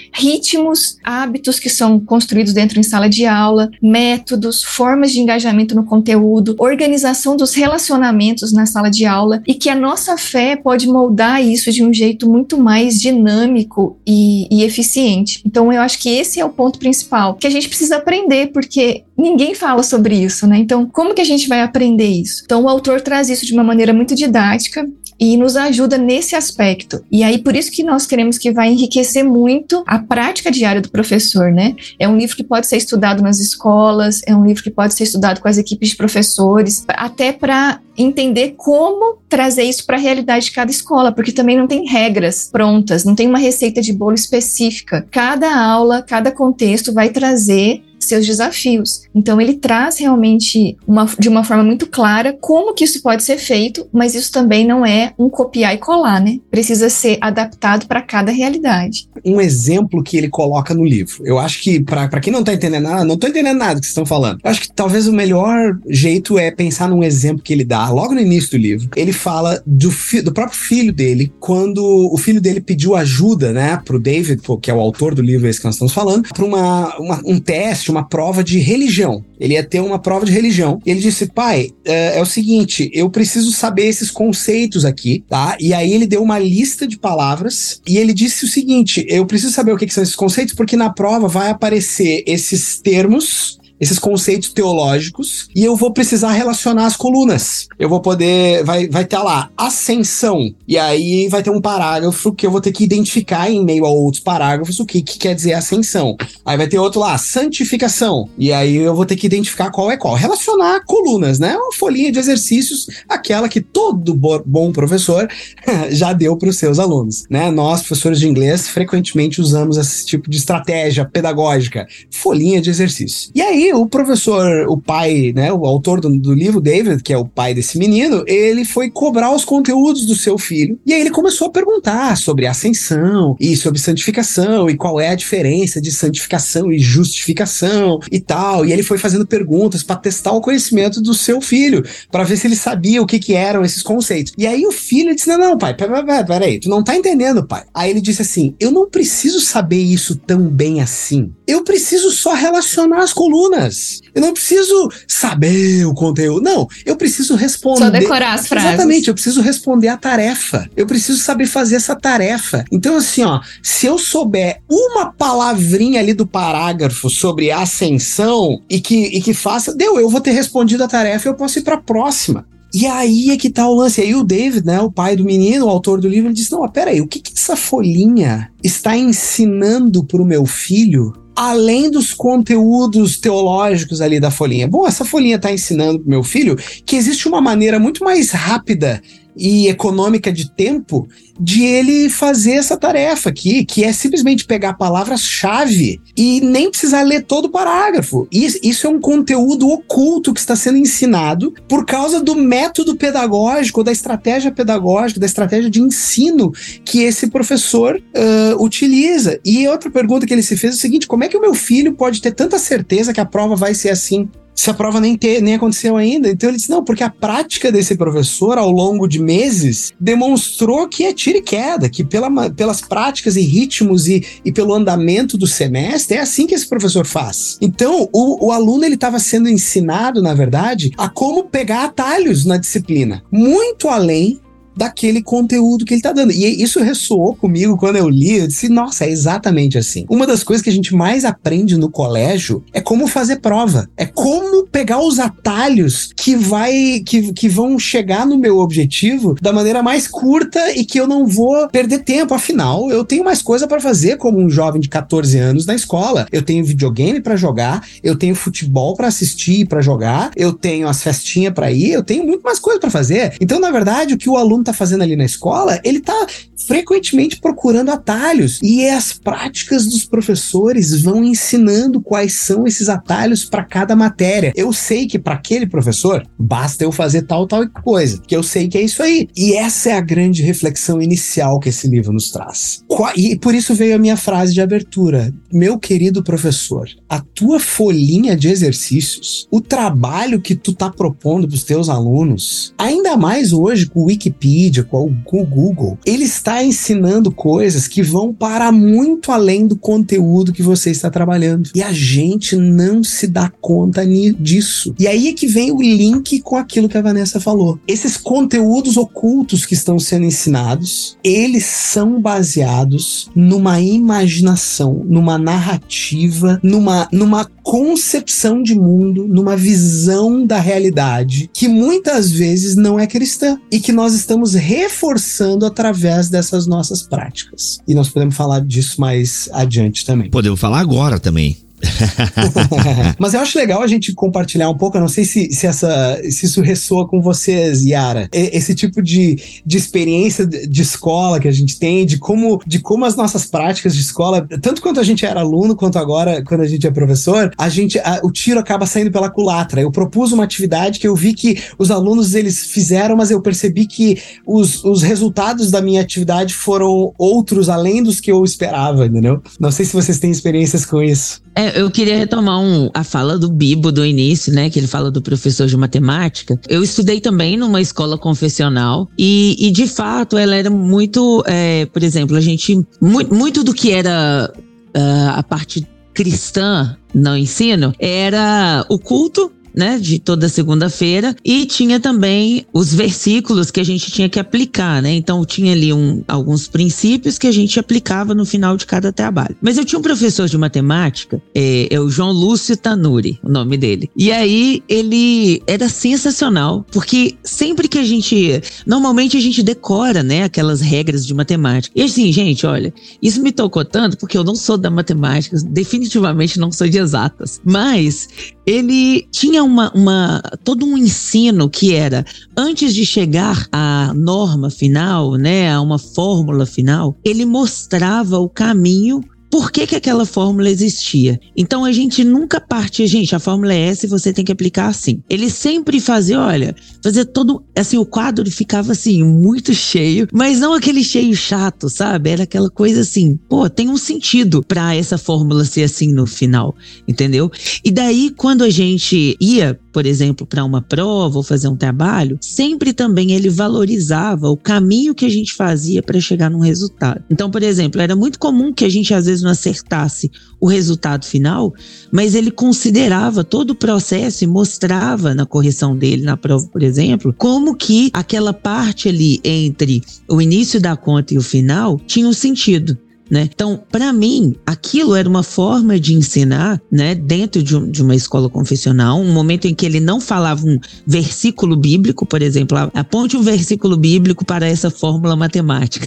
ritmos, hábitos que são construídos dentro em sala de aula, métodos, formas de engajamento no conteúdo, organização dos relacionamentos na sala de aula, e que a nossa fé pode moldar isso de um jeito muito mais dinâmico e eficiente. Então, eu acho que esse é o ponto principal, que a gente precisa aprender, porque ninguém fala sobre isso, né? Então, como que a gente vai aprender isso? Então, o autor traz isso de uma maneira muito didática e nos ajuda nesse aspecto. E aí, por isso que nós queremos que vai enriquecer muito a prática diária do professor, né? É um livro que pode ser estudado nas escolas, é um livro que pode ser estudado com as equipes de professores, até para entender como trazer isso para a realidade de cada escola, porque também não tem regras prontas, não tem uma receita de bolo específica. Cada aula, cada contexto vai trazer seus desafios. Então, ele traz realmente de uma forma muito clara como que isso pode ser feito, mas isso também não é um copiar e colar, né? Precisa ser adaptado para cada realidade.
Um exemplo que ele coloca no livro. Eu acho que, para quem não tá entendendo nada, não tô entendendo nada do que vocês estão falando. Eu acho que talvez o melhor jeito é pensar num exemplo que ele dá logo no início do livro. Ele fala do próprio filho dele, quando o filho dele pediu ajuda, né, pro David, que é o autor do livro esse que nós estamos falando, para um teste, uma prova de religião. Ele ia ter uma prova de religião. E ele disse, pai, é o seguinte, eu preciso saber esses conceitos aqui, tá? E aí ele deu uma lista de palavras e ele disse o seguinte, eu preciso saber o que são esses conceitos, porque na prova vai aparecer esses termos, esses conceitos teológicos, e eu vou precisar relacionar as colunas. Eu vou poder, vai ter lá, ascensão, e aí vai ter um parágrafo que eu vou ter que identificar em meio a outros parágrafos o que quer dizer ascensão. Aí vai ter outro lá, santificação, e aí eu vou ter que identificar qual é qual. Relacionar colunas, né? Uma folhinha de exercícios, aquela que todo bom professor já deu para os seus alunos, né? Nós, professores de inglês, frequentemente usamos esse tipo de estratégia pedagógica, folhinha de exercícios. E aí, aí o professor, o pai, né, o autor do livro, David, que é o pai desse menino, ele foi cobrar os conteúdos do seu filho. E aí ele começou a perguntar sobre ascensão e sobre santificação e qual é a diferença de santificação e justificação e tal. E ele foi fazendo perguntas para testar o conhecimento do seu filho, para ver se ele sabia o que eram esses conceitos. E aí o filho disse, não, pai, peraí, tu não tá entendendo, pai. Aí ele disse assim, eu não preciso saber isso tão bem assim. Eu preciso só relacionar as colunas. Eu não preciso saber o conteúdo. Não, eu preciso responder.
Só decorar as frases.
Exatamente, eu preciso responder a tarefa. Eu preciso saber fazer essa tarefa. Então, assim, ó, se eu souber uma palavrinha ali do parágrafo sobre ascensão e que faça, eu vou ter respondido a tarefa e eu posso ir pra próxima. E aí é que tá o lance. Aí o David, né, o pai do menino, o autor do livro, ele disse, não, peraí, o que essa folhinha está ensinando pro meu filho, além dos conteúdos teológicos ali da folhinha? Bom, essa folhinha está ensinando pro meu filho que existe uma maneira muito mais rápida e econômica de tempo de ele fazer essa tarefa aqui, que é simplesmente pegar palavras-chave e nem precisar ler todo o parágrafo. Isso é um conteúdo oculto que está sendo ensinado por causa do método pedagógico, da estratégia pedagógica, da estratégia de ensino que esse professor utiliza. E outra pergunta que ele se fez é o seguinte, como é que o meu filho pode ter tanta certeza que a prova vai ser assim? Se a prova nem aconteceu ainda. Então ele disse, não, porque a prática desse professor ao longo de meses demonstrou que é tiro e queda, que pelas práticas e ritmos e pelo andamento do semestre, é assim que esse professor faz. Então o aluno, ele estava sendo ensinado, na verdade, a como pegar atalhos na disciplina, muito além daquele conteúdo que ele tá dando. E isso ressoou comigo quando eu li, eu disse, nossa, é exatamente assim. Uma das coisas que a gente mais aprende no colégio é como fazer prova, é como pegar os atalhos que vão chegar no meu objetivo da maneira mais curta e que eu não vou perder tempo. Afinal, eu tenho mais coisa para fazer como um jovem de 14 anos na escola. Eu tenho videogame para jogar, eu tenho futebol para assistir e para jogar, eu tenho as festinhas para ir, eu tenho muito mais coisa para fazer. Então, na verdade, o que o aluno tá fazendo ali na escola, ele tá frequentemente procurando atalhos, e as práticas dos professores vão ensinando quais são esses atalhos para cada matéria. Eu sei que para aquele professor basta eu fazer tal coisa, que eu sei que é isso aí. E essa é a grande reflexão inicial que esse livro nos traz. E por isso veio a minha frase de abertura. Meu querido professor, a tua folhinha de exercícios, o trabalho que tu tá propondo pros teus alunos, ainda mais hoje com o Wikipedia, com o Google, ele está ensinando coisas que vão para muito além do conteúdo que você está trabalhando. E a gente não se dá conta disso. E aí é que vem o link com aquilo que a Vanessa falou. Esses conteúdos ocultos que estão sendo ensinados, eles são baseados numa imaginação, numa narrativa, numa concepção de mundo, numa visão da realidade que muitas vezes não é cristã e que nós estamos reforçando através dessas nossas práticas. E nós podemos falar disso mais adiante também.
Podemos falar agora também.
Mas eu acho legal a gente compartilhar um pouco. Eu não sei se isso ressoa com vocês, Yara, esse tipo de experiência de escola que a gente tem, de como as nossas práticas de escola, tanto quanto a gente era aluno quanto agora quando a gente é professor, o tiro acaba saindo pela culatra. Eu propus uma atividade que eu vi que os alunos eles fizeram, mas eu percebi que os resultados da minha atividade foram outros além dos que eu esperava, entendeu? Não sei se vocês têm experiências com isso.
Eu queria retomar a fala do Bibo do início, né? Que ele fala do professor de matemática. Eu estudei também numa escola confessional e de fato, ela era muito, por exemplo, a gente, muito do que era a parte cristã no ensino era o culto, né, de toda segunda-feira, e tinha também os versículos que a gente tinha que aplicar, né? Então tinha ali alguns princípios que a gente aplicava no final de cada trabalho. Mas eu tinha um professor de matemática, é o João Lúcio Tanuri, o nome dele. E aí ele era sensacional, porque sempre que normalmente a gente decora, né, aquelas regras de matemática. E assim, gente, olha, isso me tocou tanto porque eu não sou da matemática, definitivamente não sou de exatas, mas ele tinha todo um ensino que era, antes de chegar à norma final, né, a uma fórmula final, ele mostrava o caminho por que aquela fórmula existia. Então a gente nunca parte, a fórmula é essa e você tem que aplicar assim. Ele sempre fazia todo, assim, o quadro ficava assim, muito cheio, mas não aquele cheio chato, sabe? Era aquela coisa assim, tem um sentido pra essa fórmula ser assim no final, entendeu? E daí, quando a gente ia, por exemplo, para uma prova ou fazer um trabalho, sempre também ele valorizava o caminho que a gente fazia para chegar num resultado. Então, por exemplo, era muito comum que a gente às vezes não acertasse o resultado final, mas ele considerava todo o processo e mostrava na correção dele na prova, por exemplo, como que aquela parte ali entre o início da conta e o final tinha um sentido. Né? Então, para mim, aquilo era uma forma de ensinar, né, dentro de uma escola confessional, um momento em que ele não falava um versículo bíblico, por exemplo, aponte um versículo bíblico para essa fórmula matemática.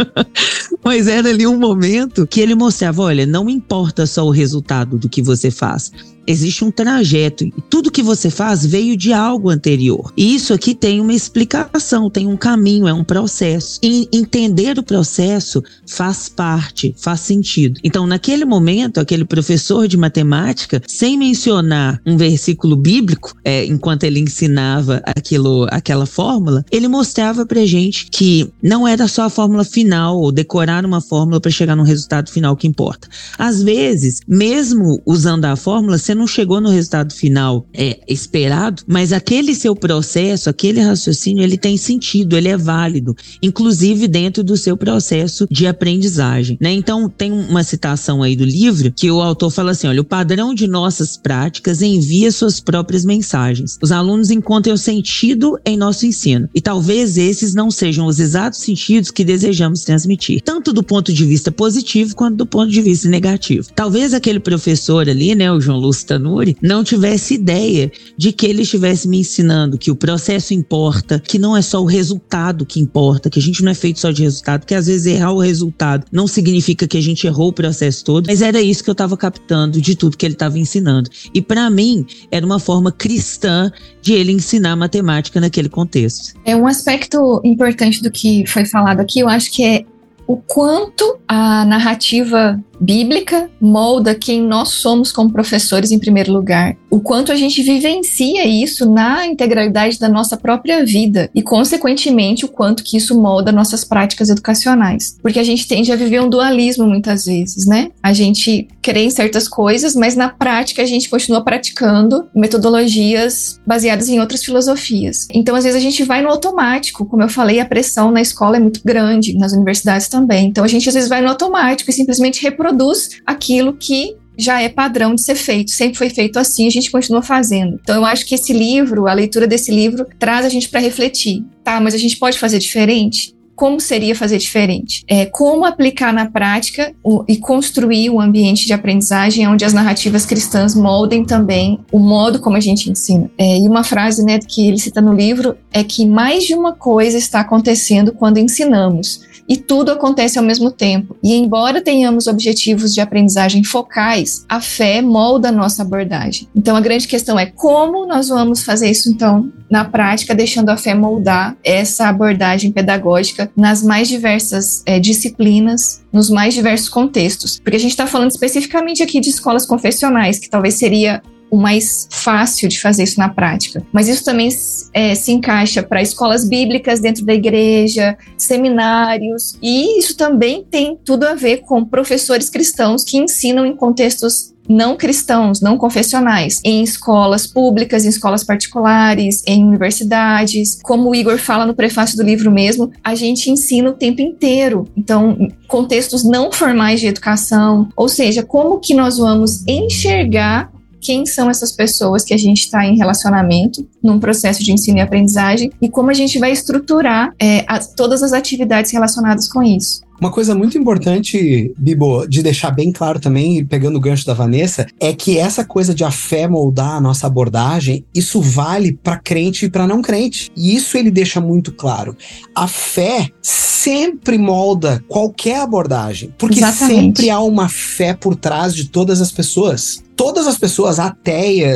Mas era ali um momento que ele mostrava, olha, não importa só o resultado do que você faz, existe um trajeto e tudo que você faz veio de algo anterior. E isso aqui tem uma explicação, tem um caminho, é um processo. E entender o processo faz parte, faz sentido. Então, naquele momento, aquele professor de matemática, sem mencionar um versículo bíblico, enquanto ele ensinava aquela fórmula, ele mostrava pra gente que não era só a fórmula final ou decorar uma fórmula para chegar no resultado final que importa. Às vezes, mesmo usando a fórmula, você não chegou no resultado final esperado, mas aquele seu processo, aquele raciocínio, ele tem sentido, ele é válido, inclusive dentro do seu processo de aprendizagem, né? Então, tem uma citação aí do livro que o autor fala assim, olha, o padrão de nossas práticas envia suas próprias mensagens. Os alunos encontram sentido em nosso ensino e talvez esses não sejam os exatos sentidos que desejamos transmitir, tanto do ponto de vista positivo quanto do ponto de vista negativo. Talvez aquele professor ali, né, o João Lúcio Tanuri, não tivesse ideia de que ele estivesse me ensinando que o processo importa, que não é só o resultado que importa, que a gente não é feito só de resultado, que às vezes errar o resultado não significa que a gente errou o processo todo, mas era isso que eu estava captando de tudo que ele estava ensinando. E para mim, era uma forma cristã de ele ensinar matemática naquele contexto.
É um aspecto importante do que foi falado aqui, eu acho que é o quanto a narrativa bíblica molda quem nós somos como professores em primeiro lugar. O quanto a gente vivencia isso na integralidade da nossa própria vida e, consequentemente, o quanto que isso molda nossas práticas educacionais. Porque a gente tende a viver um dualismo muitas vezes, né? A gente crê em certas coisas, mas na prática a gente continua praticando metodologias baseadas em outras filosofias. Então, às vezes a gente vai no automático. Como eu falei, a pressão na escola é muito grande, nas universidades também. Então, a gente às vezes vai no automático e simplesmente reproduz aquilo que já é padrão de ser feito, sempre foi feito assim, a gente continua fazendo. Então eu acho que esse livro, a leitura desse livro, traz a gente para refletir. Tá, mas a gente pode fazer diferente? Como seria fazer diferente? Como aplicar na prática e construir um ambiente de aprendizagem onde as narrativas cristãs moldem também o modo como a gente ensina. E uma frase, né, que ele cita no livro é que mais de uma coisa está acontecendo quando ensinamos. E tudo acontece ao mesmo tempo. E embora tenhamos objetivos de aprendizagem focais, a fé molda a nossa abordagem. Então a grande questão é como nós vamos fazer isso então na prática, deixando a fé moldar essa abordagem pedagógica nas mais diversas disciplinas, nos mais diversos contextos. Porque a gente está falando especificamente aqui de escolas confessionais, que talvez seria o mais fácil de fazer isso na prática. Mas isso também se encaixa para escolas bíblicas dentro da igreja, seminários, e isso também tem tudo a ver com professores cristãos que ensinam em contextos não cristãos, não confessionais, em escolas públicas, em escolas particulares, em universidades. Como o Igor fala no prefácio do livro mesmo, a gente ensina o tempo inteiro. Então, contextos não formais de educação, ou seja, como que nós vamos enxergar quem são essas pessoas que a gente está em relacionamento num processo de ensino e aprendizagem e como a gente vai estruturar todas as atividades relacionadas com isso.
Uma coisa muito importante, Bibo, de deixar bem claro também, pegando o gancho da Vanessa, é que essa coisa de a fé moldar a nossa abordagem, isso vale para crente e para não crente. E isso ele deixa muito claro. A fé sempre molda qualquer abordagem, porque
Exatamente.
Sempre há uma fé por trás de todas as pessoas. Todas as pessoas ateias,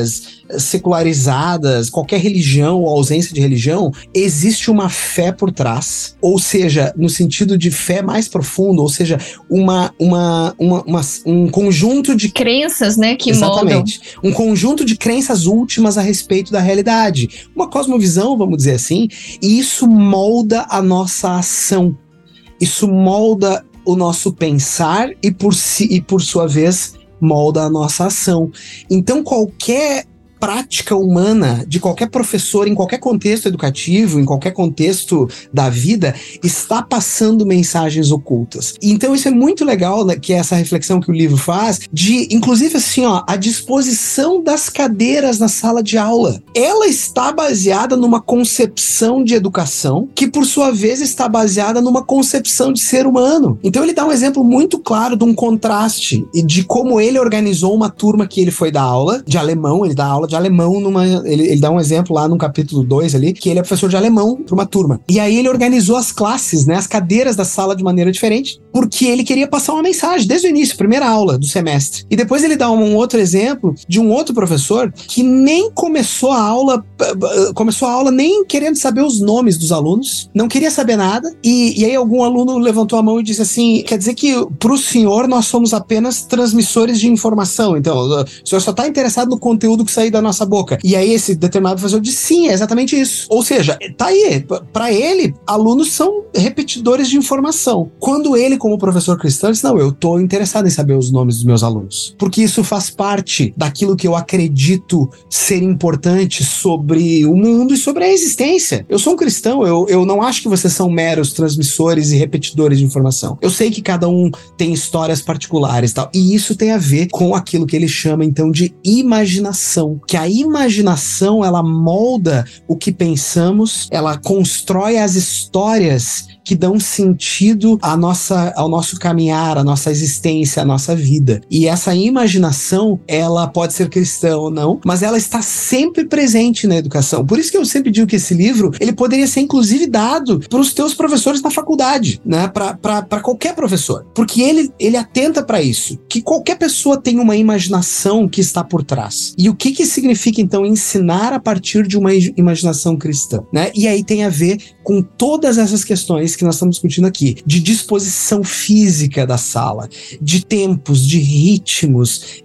secularizadas, qualquer religião ou ausência de religião, existe uma fé por trás, ou seja, no sentido de fé mais profundo, ou seja, um conjunto de
crenças, né, que
exatamente,
moldam.
um conjunto de crenças últimas a respeito da realidade, uma cosmovisão, vamos dizer assim, e isso molda a nossa ação, isso molda o nosso pensar e por sua vez molda a nossa ação. Então qualquer prática humana de qualquer professor em qualquer contexto educativo, em qualquer contexto da vida, está passando mensagens ocultas. Então isso é muito legal, né, que é essa reflexão que o livro faz, de, inclusive assim, a disposição das cadeiras na sala de aula. Ela está baseada numa concepção de educação, que por sua vez está baseada numa concepção de ser humano. Então ele dá um exemplo muito claro de um contraste e de como ele organizou uma turma que ele foi dar aula de alemão, ele dá aula de alemão ele dá um exemplo lá no capítulo 2 ali, que ele é professor de alemão para uma turma. E aí ele organizou as classes, né, as cadeiras da sala de maneira diferente, porque ele queria passar uma mensagem desde o início, primeira aula do semestre. E depois ele dá um outro exemplo de um outro professor que nem começou a aula nem querendo saber os nomes dos alunos, não queria saber nada, e aí algum aluno levantou a mão e disse assim, quer dizer que pro senhor nós somos apenas transmissores de informação, então o senhor só está interessado no conteúdo que sair da nossa boca. E aí esse determinado professor disse, sim, é exatamente isso. Ou seja, tá aí, para ele, alunos são repetidores de informação. Quando ele, como professor cristão, disse, não, eu tô interessado em saber os nomes dos meus alunos, porque isso faz parte daquilo que eu acredito ser importante sobre o mundo e sobre a existência. Eu sou um cristão, eu não acho que vocês são meros transmissores e repetidores de informação. Eu sei que cada um tem histórias particulares e tal, e isso tem a ver com aquilo que ele chama, então, de imaginação. Que a imaginação, ela molda o que pensamos, ela constrói as histórias que dão sentido ao nosso caminhar, à nossa existência, à nossa vida. E essa imaginação, ela pode ser cristã ou não, mas ela está sempre presente na educação. Por isso que eu sempre digo que esse livro, ele poderia ser inclusive dado para os teus professores na faculdade, né? Para qualquer professor. Porque ele atenta para isso, que qualquer pessoa tem uma imaginação que está por trás. E o que significa, então, ensinar a partir de uma imaginação cristã, né? E aí tem a ver com todas essas questões que nós estamos discutindo aqui, de disposição física da sala, de tempos, de ritmos,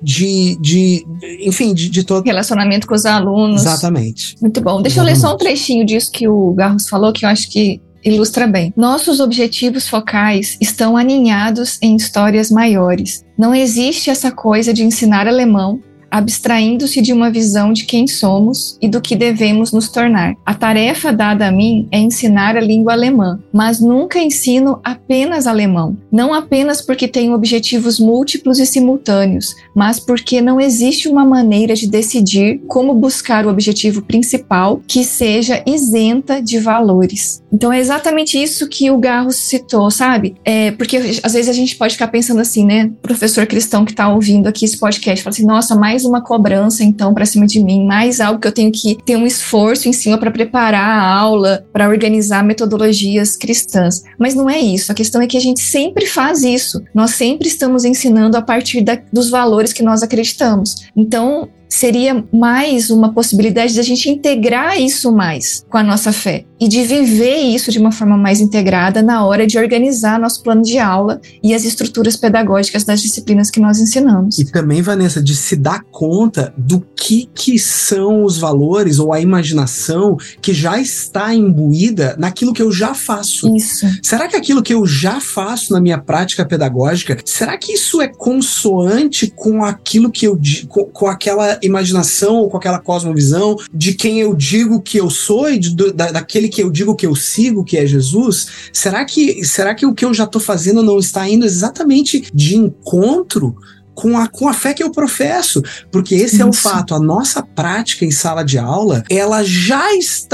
enfim, de todo...
relacionamento com os alunos.
Exatamente.
Muito bom. Deixa eu ler só um trechinho disso que o Garros falou, que eu acho que ilustra bem. Nossos objetivos focais estão aninhados em histórias maiores. Não existe essa coisa de ensinar alemão abstraindo-se de uma visão de quem somos e do que devemos nos tornar. A tarefa dada a mim é ensinar a língua alemã, mas nunca ensino apenas alemão. Não apenas porque tenho objetivos múltiplos e simultâneos, mas porque não existe uma maneira de decidir como buscar o objetivo principal que seja isenta de valores. Então é exatamente isso que o Garros citou, sabe? Porque às vezes a gente pode ficar pensando assim, né? Professor cristão que está ouvindo aqui esse podcast, fala assim, nossa, mais uma cobrança então para cima de mim, mais algo que eu tenho que ter um esforço em cima para preparar a aula, para organizar metodologias cristãs. Mas não é isso, a questão é que a gente sempre faz isso, nós sempre estamos ensinando a partir dos valores que nós acreditamos. Então seria mais uma possibilidade de a gente integrar isso mais com a nossa fé e de viver isso de uma forma mais integrada na hora de organizar nosso plano de aula e as estruturas pedagógicas das disciplinas que nós ensinamos.
E também, Vanessa, de se dar conta do que são os valores ou a imaginação que já está imbuída naquilo que eu já faço.
Isso.
Será que aquilo que eu já faço na minha prática pedagógica, será que isso é consoante com aquilo que eu digo, com aquela imaginação ou com aquela cosmovisão de quem eu digo que eu sou e daquele que eu digo que eu sigo, que é Jesus? Será que o que eu já estou fazendo não está indo exatamente de encontro com a fé que eu professo? Porque esse é o fato, a nossa prática em sala de aula, ela já está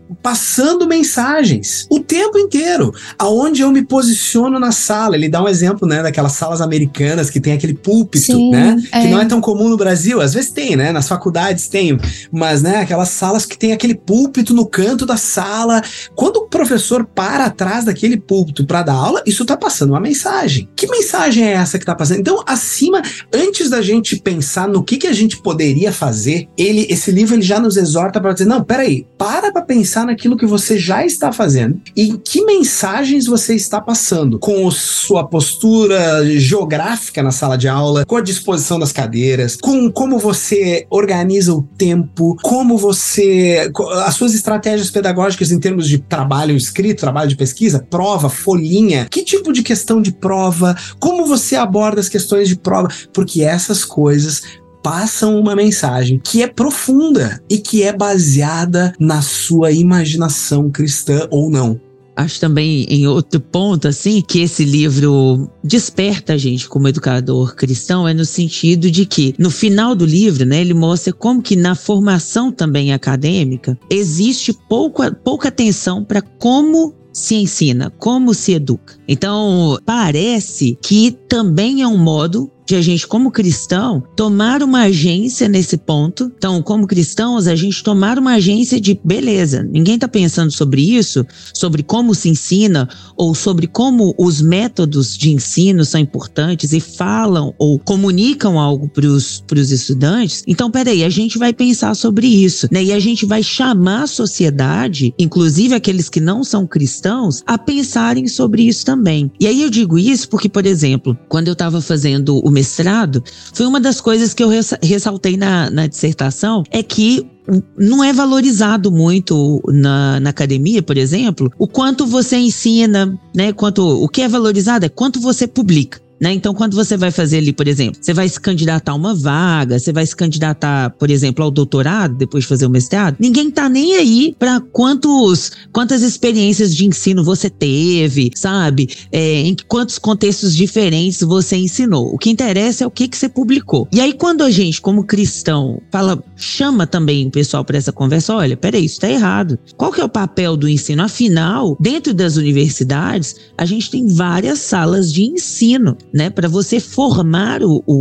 passando mensagens o tempo inteiro. Aonde eu me posiciono na sala. Ele dá um exemplo, né, daquelas salas americanas que tem aquele púlpito, sim, né? Que não é tão comum no Brasil. Às vezes tem, né? Nas faculdades tem. Mas, né, aquelas salas que tem aquele púlpito no canto da sala. Quando o professor para atrás daquele púlpito para dar aula, isso tá passando uma mensagem. Que mensagem é essa que tá passando? Então, antes da gente pensar no que a gente poderia fazer, esse livro ele já nos exorta para dizer, não, peraí, para pensar naquilo que você já está fazendo e que mensagens você está passando com sua postura geográfica na sala de aula, com a disposição das cadeiras, com como você organiza o tempo, as suas estratégias pedagógicas em termos de trabalho escrito, trabalho de pesquisa, prova, folhinha, que tipo de questão de prova, como você aborda as questões de prova, porque essas coisas passam uma mensagem que é profunda e que é baseada na sua imaginação cristã ou não.
Acho também, em outro ponto, assim, que esse livro desperta a gente como educador cristão, é no sentido de que, no final do livro, né, ele mostra como que na formação também acadêmica existe pouca atenção para como se ensina, como se educa. Então, parece que também é um modo de a gente, como cristão, tomar uma agência nesse ponto. Então, como cristãos, a gente tomar uma agência de, beleza, ninguém tá pensando sobre isso, sobre como se ensina, ou sobre como os métodos de ensino são importantes e falam ou comunicam algo pros estudantes. Então, peraí, a gente vai pensar sobre isso, né? E a gente vai chamar a sociedade, inclusive aqueles que não são cristãos, a pensarem sobre isso também. E aí eu digo isso porque, por exemplo, quando eu tava fazendo o mestrado, foi uma das coisas que eu ressaltei na dissertação, é que não é valorizado muito na academia, por exemplo, o quanto você ensina, né? O que é valorizado é quanto você publica. Né? Então, quando você vai fazer ali, por exemplo, você vai se candidatar a uma vaga, você vai se candidatar, por exemplo, ao doutorado, depois de fazer o mestrado, ninguém tá nem aí pra quantas experiências de ensino você teve, sabe? Em quantos contextos diferentes você ensinou. O que interessa é o que você publicou. E aí, quando a gente, como cristão, chama também o pessoal pra essa conversa, olha, peraí, isso tá errado. Qual que é o papel do ensino? Afinal, dentro das universidades, a gente tem várias salas de ensino, né? Para você formar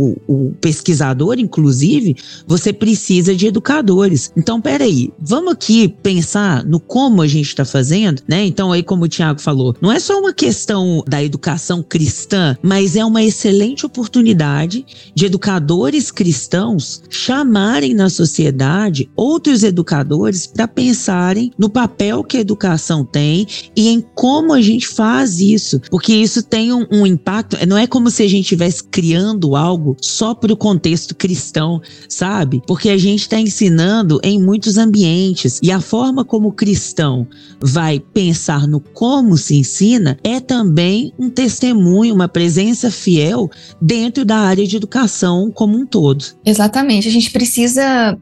o pesquisador, inclusive, você precisa de educadores. Então, peraí, vamos aqui pensar no como a gente está fazendo, né? Então, aí, como o Tiago falou, não é só uma questão da educação cristã, mas é uma excelente oportunidade de educadores cristãos chamarem na sociedade outros educadores para pensarem no papel que a educação tem e em como a gente faz isso, porque isso tem um impacto, não é como se a gente estivesse criando algo só para o contexto cristão, sabe? Porque a gente está ensinando em muitos ambientes e a forma como o cristão vai pensar no como se ensina é também um testemunho, uma presença fiel dentro da área de educação como um todo.
Exatamente, a gente precisa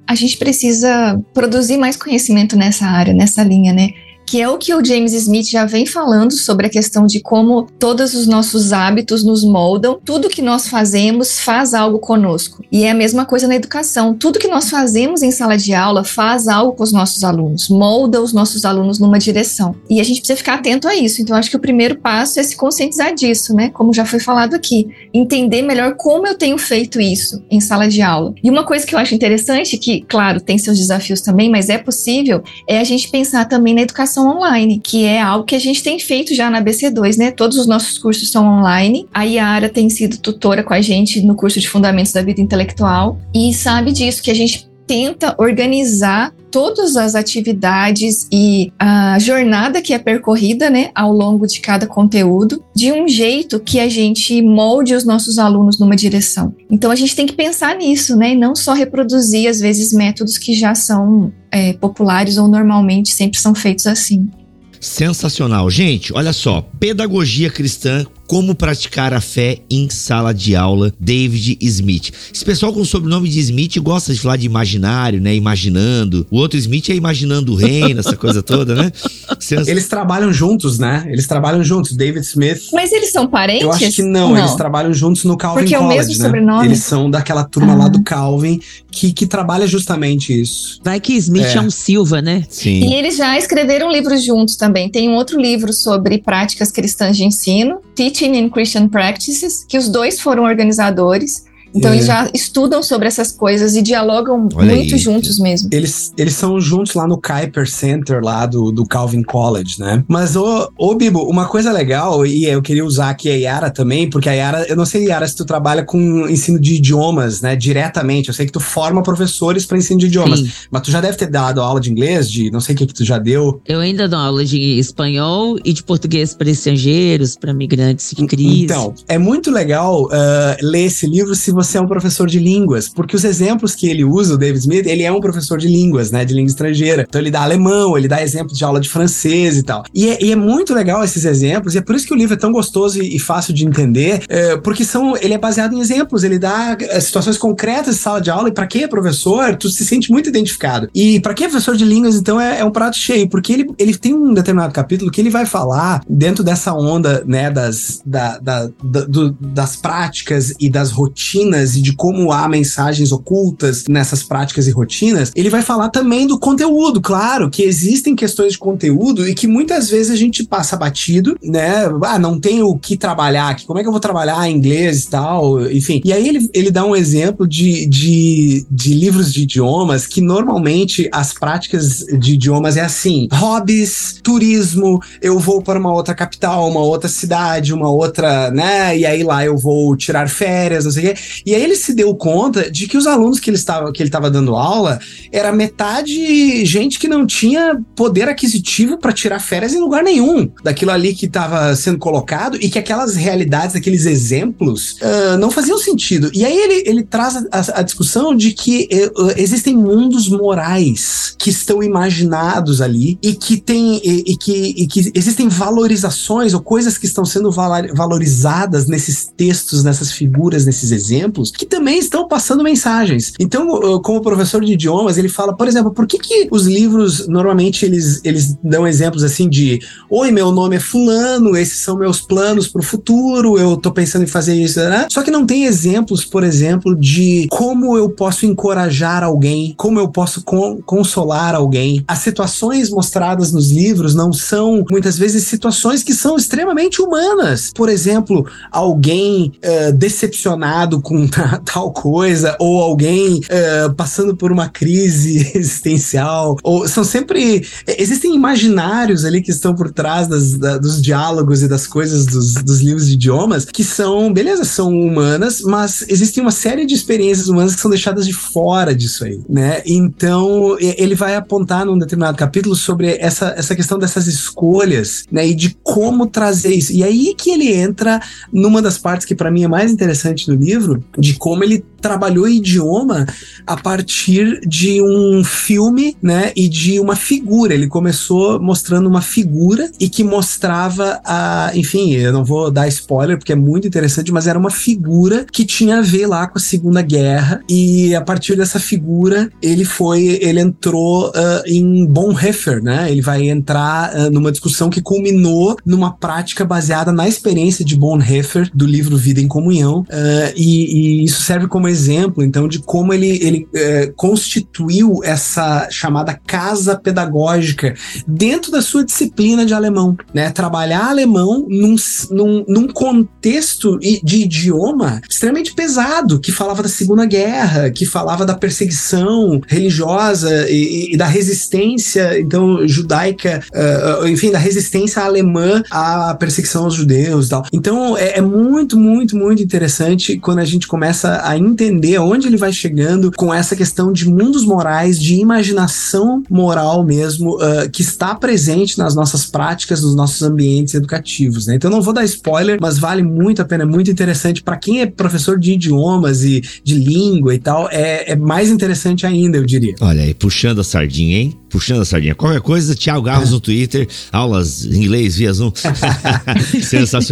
produzir mais conhecimento nessa área, nessa linha, né? Que é o que o James Smith já vem falando sobre a questão de como todos os nossos hábitos nos moldam, tudo que nós fazemos faz algo conosco. E é a mesma coisa na educação, tudo que nós fazemos em sala de aula faz algo com os nossos alunos, molda os nossos alunos numa direção. E a gente precisa ficar atento a isso, então acho que o primeiro passo é se conscientizar disso, né? Como já foi falado aqui, entender melhor como eu tenho feito isso em sala de aula. E uma coisa que eu acho interessante, que claro, tem seus desafios também, mas é possível, é a gente pensar também na educação online, que é algo que a gente tem feito já na BC2, né? Todos os nossos cursos são online. A Yara tem sido tutora com a gente no curso de Fundamentos da Vida Intelectual e sabe disso, que a gente tenta organizar todas as atividades e a jornada que é percorrida, né, ao longo de cada conteúdo, de um jeito que a gente molde os nossos alunos numa direção. Então a gente tem que pensar nisso, né, e não só reproduzir, às vezes, métodos que já são populares ou normalmente sempre são feitos assim.
Sensacional. Gente, olha só, pedagogia cristã Como Praticar a Fé em Sala de Aula, David Smith. Esse pessoal com o sobrenome de Smith gosta de falar de imaginário, né? Imaginando. O outro Smith é imaginando o reino, essa coisa toda, né?
Eles trabalham juntos, né? Eles trabalham juntos, David Smith.
Mas eles são parentes?
Eu acho que não. Eles trabalham juntos no Calvin
Porque
College,
é o mesmo
né?
sobrenome?
Eles são daquela turma lá do Calvin que trabalha justamente isso.
Vai que Smith é um Silva, né?
Sim.
E eles já escreveram livros juntos também. Tem um outro livro sobre práticas cristãs de ensino, Teaching in Christian Practices, que os dois foram organizadores. Então eles já estudam sobre essas coisas e dialogam muito juntos mesmo.
Eles são juntos lá no Kuyper Center, lá do Calvin College, né? Mas, ô Bibo, uma coisa legal, e eu queria usar aqui a Yara também, porque a Yara, eu não sei, Yara, se tu trabalha com ensino de idiomas, né, diretamente. Eu sei que tu forma professores para ensino de idiomas,
Sim.
mas tu já deve ter dado aula de inglês, de não sei o que tu já deu.
Eu ainda dou aula de espanhol e de português para estrangeiros, para migrantes de crise.
Então, é muito legal ler esse livro se você é um professor de línguas, porque os exemplos que ele usa, o David Smith, ele é um professor de línguas, né, de língua estrangeira. Então ele dá alemão, ele dá exemplos de aula de francês e tal. E é muito legal esses exemplos, e é por isso que o livro é tão gostoso e fácil de entender, porque ele é baseado em exemplos, ele dá situações concretas de sala de aula, e pra quem é professor, tu se sente muito identificado. E pra quem é professor de línguas, então é um prato cheio, porque ele tem um determinado capítulo que ele vai falar, dentro dessa onda, né, das práticas e das rotinas e de como há mensagens ocultas nessas práticas e rotinas. Ele vai falar também do conteúdo, claro, que existem questões de conteúdo e que muitas vezes a gente passa batido, né? Não tenho o que trabalhar aqui, como é que eu vou trabalhar em inglês e tal, enfim. E aí ele dá um exemplo de livros de idiomas que normalmente as práticas de idiomas é assim: hobbies, turismo, eu vou para uma outra capital, uma outra cidade, uma outra, né? E aí lá eu vou tirar férias, não sei o quê. E aí ele se deu conta de que os alunos que ele estava dando aula era metade gente que não tinha poder aquisitivo para tirar férias em lugar nenhum daquilo ali que estava sendo colocado, e que aquelas realidades, aqueles exemplos não faziam sentido. E aí ele traz a discussão de que existem mundos morais que estão imaginados ali e que existem valorizações ou coisas que estão sendo valorizadas nesses textos, nessas figuras, nesses exemplos, que também estão passando mensagens. Então, como professor de idiomas, ele fala, por exemplo, por que os livros, normalmente, eles dão exemplos assim de: oi, meu nome é fulano, esses são meus planos pro futuro, eu tô pensando em fazer isso, né? Só que não tem exemplos, por exemplo, de como eu posso encorajar alguém, como eu posso consolar alguém. As situações mostradas nos livros não são, muitas vezes, situações que são extremamente humanas. Por exemplo, alguém decepcionado com tal coisa, ou alguém passando por uma crise existencial, ou são sempre... Existem imaginários ali que estão por trás dos diálogos e das coisas dos livros de idiomas, que são, beleza, são humanas, mas existem uma série de experiências humanas que são deixadas de fora disso aí, né? Então, ele vai apontar num determinado capítulo sobre essa questão dessas escolhas, né? E de como trazer isso. E aí que ele entra numa das partes que para mim é mais interessante do livro, de como ele trabalhou idioma a partir de um filme, né, e de uma figura. Ele começou mostrando uma figura e que mostrava enfim, eu não vou dar spoiler porque é muito interessante, mas era uma figura que tinha a ver lá com a Segunda Guerra, e a partir dessa figura ele entrou em Bonhoeffer, né? Ele vai entrar numa discussão que culminou numa prática baseada na experiência de Bonhoeffer do livro Vida em Comunhão, e isso serve como exemplo, então, de como ele constituiu essa chamada casa pedagógica dentro da sua disciplina de alemão, né? Trabalhar alemão num contexto de idioma extremamente pesado, que falava da Segunda Guerra, que falava da perseguição religiosa e da resistência, então, judaica, enfim, da resistência alemã à perseguição aos judeus e tal. Então, é muito, muito, muito interessante quando a gente começa a entender onde ele vai chegando com essa questão de mundos morais, de imaginação moral mesmo, que está presente nas nossas práticas, nos nossos ambientes educativos, né? Então não vou dar spoiler, mas vale muito a pena, é muito interessante para quem é professor de idiomas e de língua e tal, é mais interessante ainda, eu diria.
Olha aí, puxando a sardinha, hein? Puxando a sardinha. Qualquer coisa, Thiago Garros no Twitter, aulas em inglês via Zoom. Sensacional.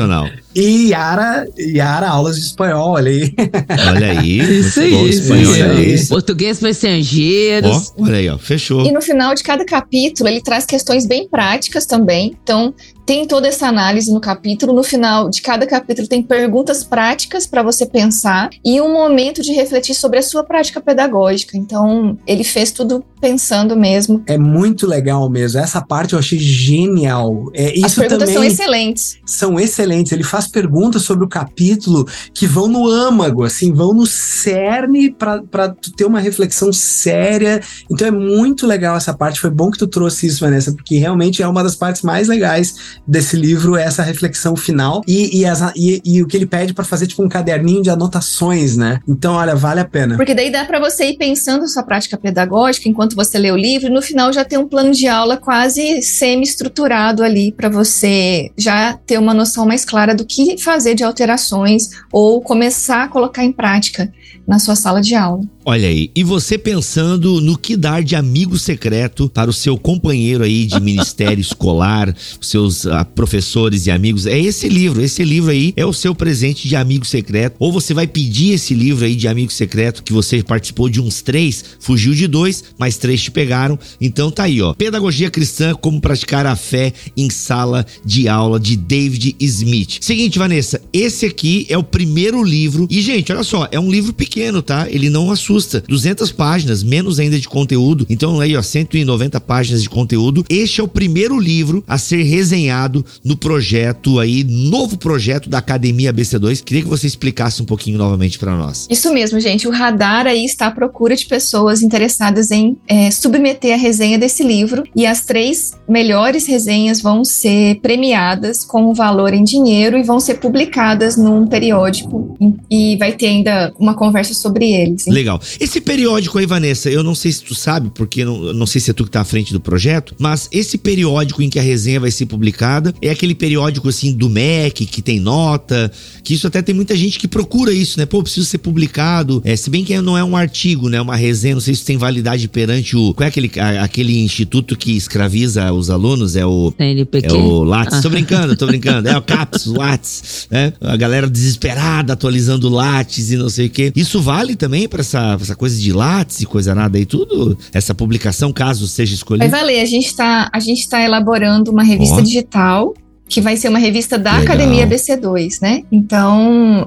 E Yara, aulas de espanhol, olha aí.
Olha aí.
Isso aí.
Espanhol aí.
Português para estrangeiros.
Olha aí, fechou.
E no final de cada capítulo, ele traz questões bem práticas também. Então, tem toda essa análise no capítulo. No final de cada capítulo tem perguntas práticas para você pensar e um momento de refletir sobre a sua prática pedagógica. Então, ele fez tudo pensando mesmo.
É muito legal mesmo. Essa parte eu achei genial.
As perguntas são excelentes.
São excelentes. Ele faz perguntas sobre o capítulo que vão no âmago, assim, vão no cerne para tu ter uma reflexão séria. Então é muito legal essa parte. Foi bom que tu trouxe isso, Vanessa, porque realmente é uma das partes mais legais desse livro, essa reflexão final e o que ele pede para fazer tipo um caderninho de anotações, né? Então, olha, vale a pena.
Porque daí dá para você ir pensando a sua prática pedagógica enquanto você lê o livro e no final já ter um plano de aula quase semi-estruturado ali para você já ter uma noção mais clara do que fazer de alterações ou começar a colocar em prática na sua sala de aula.
Olha aí, e você pensando no que dar de amigo secreto para o seu companheiro aí de ministério escolar, os seus professores e amigos, é esse livro aí é o seu presente de amigo secreto, ou você vai pedir esse livro aí de amigo secreto, que você participou de uns 3, fugiu de 2, mas 3 te pegaram, então tá aí ó, Pedagogia Cristã, como praticar a fé em sala de aula, de David Smith. Seguinte, Vanessa, esse aqui é o primeiro livro, e gente, olha só, é um livro pequeno, tá? Ele não assusta, 200 páginas, menos ainda de conteúdo, então aí ó, 190 páginas de conteúdo. Este é o primeiro livro a ser resenhado no projeto aí, novo projeto da Academia ABC2. Queria que você explicasse um pouquinho novamente para nós.
Isso mesmo, gente, o Radar aí está à procura de pessoas interessadas em submeter a resenha desse livro, e as 3 melhores resenhas vão ser premiadas com um valor em dinheiro e vão ser publicadas num periódico, e vai ter ainda uma conversa sobre eles. Hein?
Legal. Esse periódico aí, Vanessa, eu não sei se tu sabe, porque não sei se é tu que tá à frente do projeto, mas esse periódico em que a resenha vai ser publicada é aquele periódico assim do MEC, que tem nota, que isso até tem muita gente que procura isso, né? Pô, preciso ser publicado. Se bem que não é um artigo, né? Uma resenha, não sei se tem validade perante o... Qual é aquele instituto que escraviza os alunos? É o...
CNPq.
É o Lattes. Tô brincando. É o CAPES, o Lattes, né? A galera desesperada atualizando o Lattes e não sei o quê. Isso vale também pra essa coisa de Lattes e coisa nada aí tudo? Essa publicação, caso seja escolhida?
Vai valer. A gente tá elaborando uma revista digital, que vai ser uma revista da
Legal.
Academia ABC2, né? Então,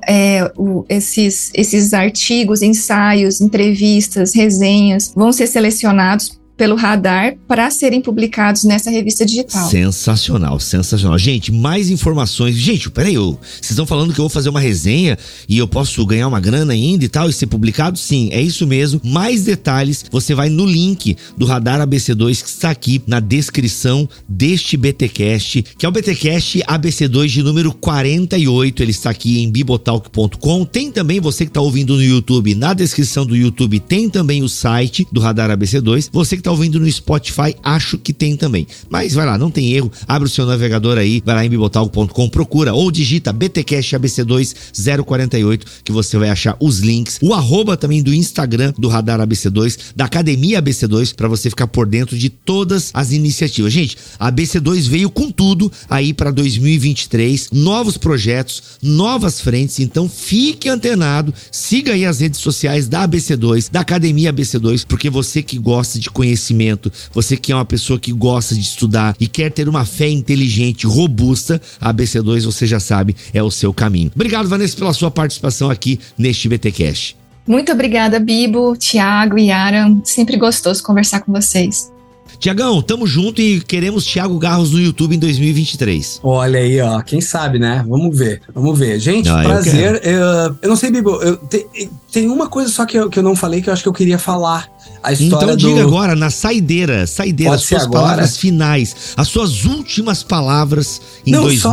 esses artigos, ensaios, entrevistas, resenhas vão ser selecionados pelo Radar para serem publicados nessa revista digital.
Sensacional, sensacional. Gente, mais informações. Gente, peraí, vocês estão falando que eu vou fazer uma resenha e eu posso ganhar uma grana ainda e tal e ser publicado? Sim, é isso mesmo. Mais detalhes, você vai no link do Radar ABC2 que está aqui na descrição deste BTcast, que é o BTcast ABC2 de número 48. Ele está aqui em bibotalk.com. Tem também, você que está ouvindo no YouTube, na descrição do YouTube tem também o site do Radar ABC2. Você que tá ouvindo no Spotify, acho que tem também. Mas vai lá, não tem erro, abre o seu navegador aí, vai lá em bibotalk.com, procura ou digita BTcast ABC2 048 que você vai achar os links. O @ também do Instagram do Radar ABC2, da Academia ABC2, para você ficar por dentro de todas as iniciativas. Gente, a ABC2 veio com tudo aí para 2023, novos projetos, novas frentes, então fique antenado, siga aí as redes sociais da ABC2, da Academia ABC2, porque você que gosta de conhecimento, você que é uma pessoa que gosta de estudar e quer ter uma fé inteligente, robusta, a ABC2, você já sabe, é o seu caminho. Obrigado, Vanessa, pela sua participação aqui neste BTcast.
Muito obrigada, Bibo, Thiago e Yara. Sempre gostoso conversar com vocês.
Tiagão, tamo junto e queremos Thiago Garros no YouTube em 2023.
Olha aí, ó, quem sabe, né? Vamos ver. Gente, prazer. Eu não sei, Bibo, tem uma coisa só que eu não falei que eu acho que eu queria falar. A história
então diga agora, na saideira, as suas palavras finais, as suas últimas palavras em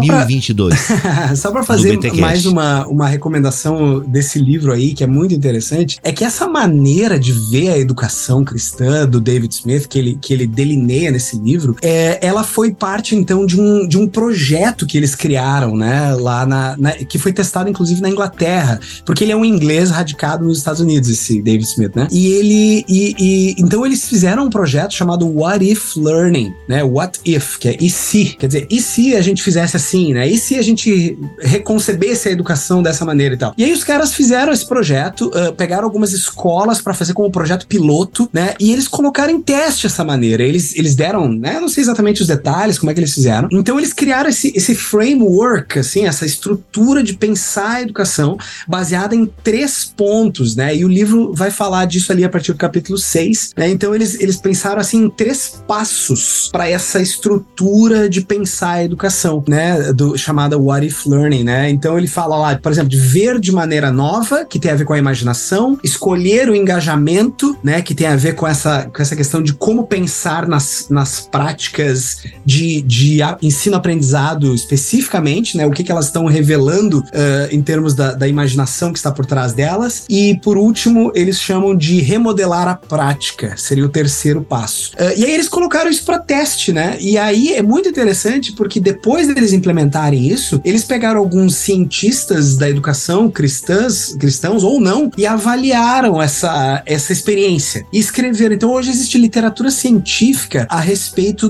2022.
Só pra fazer mais uma recomendação desse livro aí, que é muito interessante, é que essa maneira de ver a educação cristã do David Smith, que ele delineia nesse livro, ela foi parte, então, de um projeto que eles criaram, né, lá que foi testado, inclusive, na Inglaterra, porque ele é um inglês radicado nos Estados Unidos, esse David Smith, né, e E então eles fizeram um projeto chamado What If Learning, né? What If, que é e se? Quer dizer, e se a gente fizesse assim, né? E se a gente reconcebesse a educação dessa maneira e tal? E aí os caras fizeram esse projeto, pegaram algumas escolas para fazer como projeto piloto, né? E eles colocaram em teste essa maneira. Eles deram, né? Não sei exatamente os detalhes, como é que eles fizeram. Então eles criaram esse framework, assim, essa estrutura de pensar a educação baseada em 3 pontos, né? E o livro vai falar disso ali a partir do capítulo 6, né? Então eles pensaram assim em 3 passos para essa estrutura de pensar a educação, né? Chamada What If Learning, né? Então ele fala lá, por exemplo, de ver de maneira nova, que tem a ver com a imaginação, escolher o engajamento, né? Que tem a ver com essa questão de como pensar nas práticas de ensino-aprendizado especificamente, né? O que elas estão revelando em termos da imaginação que está por trás delas. E por último, eles chamam de remodelar a prática, seria o 3º passo. E aí eles colocaram isso para teste, né? E aí é muito interessante porque depois deles implementarem isso, eles pegaram alguns cientistas da educação cristãos ou não, e avaliaram essa experiência e escreveram. Então hoje existe literatura científica a respeito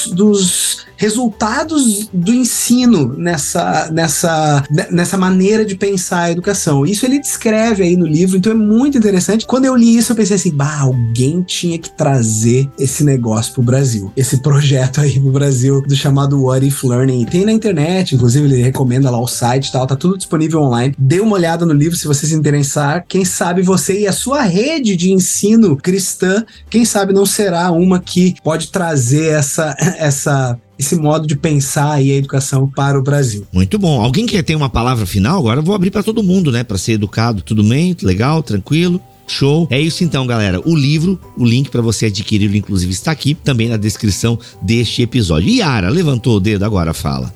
dos resultados do ensino nessa maneira de pensar a educação. Isso ele descreve aí no livro, então é muito interessante. Quando eu li isso, eu pensei assim, alguém tinha que trazer esse negócio pro Brasil, esse projeto aí pro Brasil, do chamado What If Learning. Tem na internet, inclusive ele recomenda lá o site e tal, tá tudo disponível online. Dê uma olhada no livro se você se interessar. Quem sabe você e a sua rede de ensino cristã, quem sabe não será uma que pode trazer esse modo de pensar aí a educação para o Brasil.
Muito bom. Alguém quer ter uma palavra final? Agora eu vou abrir para todo mundo, né? Para ser educado. Tudo bem? Legal? Tranquilo? Show. É isso então, galera. O livro, o link para você adquirir, inclusive, está aqui também na descrição deste episódio. Yara, levantou o dedo, agora fala.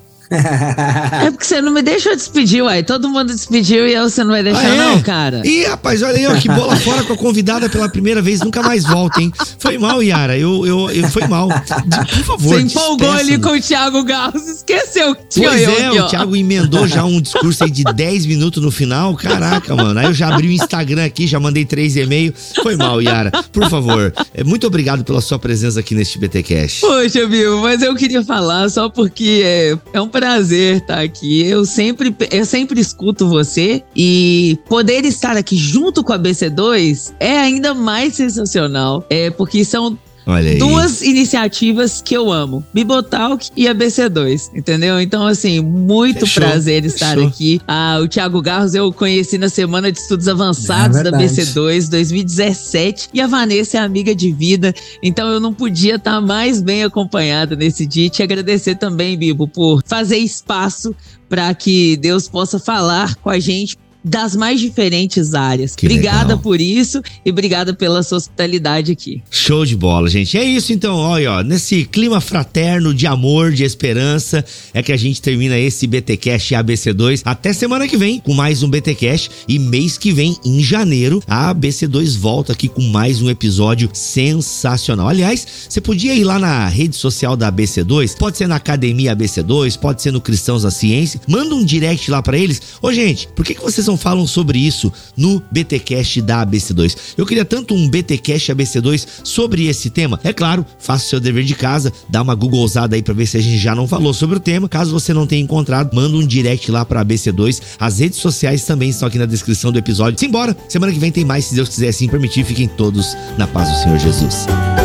É porque você não me deixou despedir, uai. Todo mundo despediu e você não vai deixar, não, cara.
Ih, rapaz, olha aí, ó, que bola fora com a convidada pela primeira vez. Nunca mais volta, hein? Foi mal, Yara. Eu foi mal. Por favor,
você empolgou ali com o Thiago Garros, esqueceu que tinha
pois é, o Thiago emendou já um discurso aí de 10 minutos no final. Caraca, mano. Aí eu já abri o Instagram aqui, já mandei 3 e-mails. Foi mal, Yara. Por favor, muito obrigado pela sua presença aqui neste BTcast.
Poxa, Bill, mas eu queria falar só porque é um prazer estar aqui. Eu sempre escuto você e poder estar aqui junto com a BC2 é ainda mais sensacional. Porque são duas iniciativas que eu amo, Bibotalk e a BC2, entendeu? Então, assim, muito prazer estar aqui. O Thiago Garros eu conheci na Semana de Estudos Avançados da BC2, 2017, e a Vanessa é amiga de vida, então eu não podia estar mais bem acompanhada nesse dia. E te agradecer também, Bibo, por fazer espaço para que Deus possa falar com a gente das mais diferentes áreas. Obrigada por isso e obrigada pela sua hospitalidade aqui.
Show de bola, gente. É isso então, olha, nesse clima fraterno de amor, de esperança, é que a gente termina esse BTcast ABC2. Até semana que vem com mais um BTcast e mês que vem, em janeiro, a ABC2 volta aqui com mais um episódio sensacional. Aliás, você podia ir lá na rede social da ABC2, pode ser na Academia ABC2, pode ser no Cristãos na Ciência, manda um direct lá pra eles. Ô, gente, por que vocês não falam sobre isso no BTcast da ABC2? Eu queria tanto um BTcast ABC2 sobre esse tema. É claro, faça o seu dever de casa, dá uma googleada aí pra ver se a gente já não falou sobre o tema. Caso você não tenha encontrado, manda um direct lá pra ABC2. As redes sociais também estão aqui na descrição do episódio. Simbora! Semana que vem tem mais, se Deus quiser assim permitir. Fiquem todos na paz do Senhor Jesus.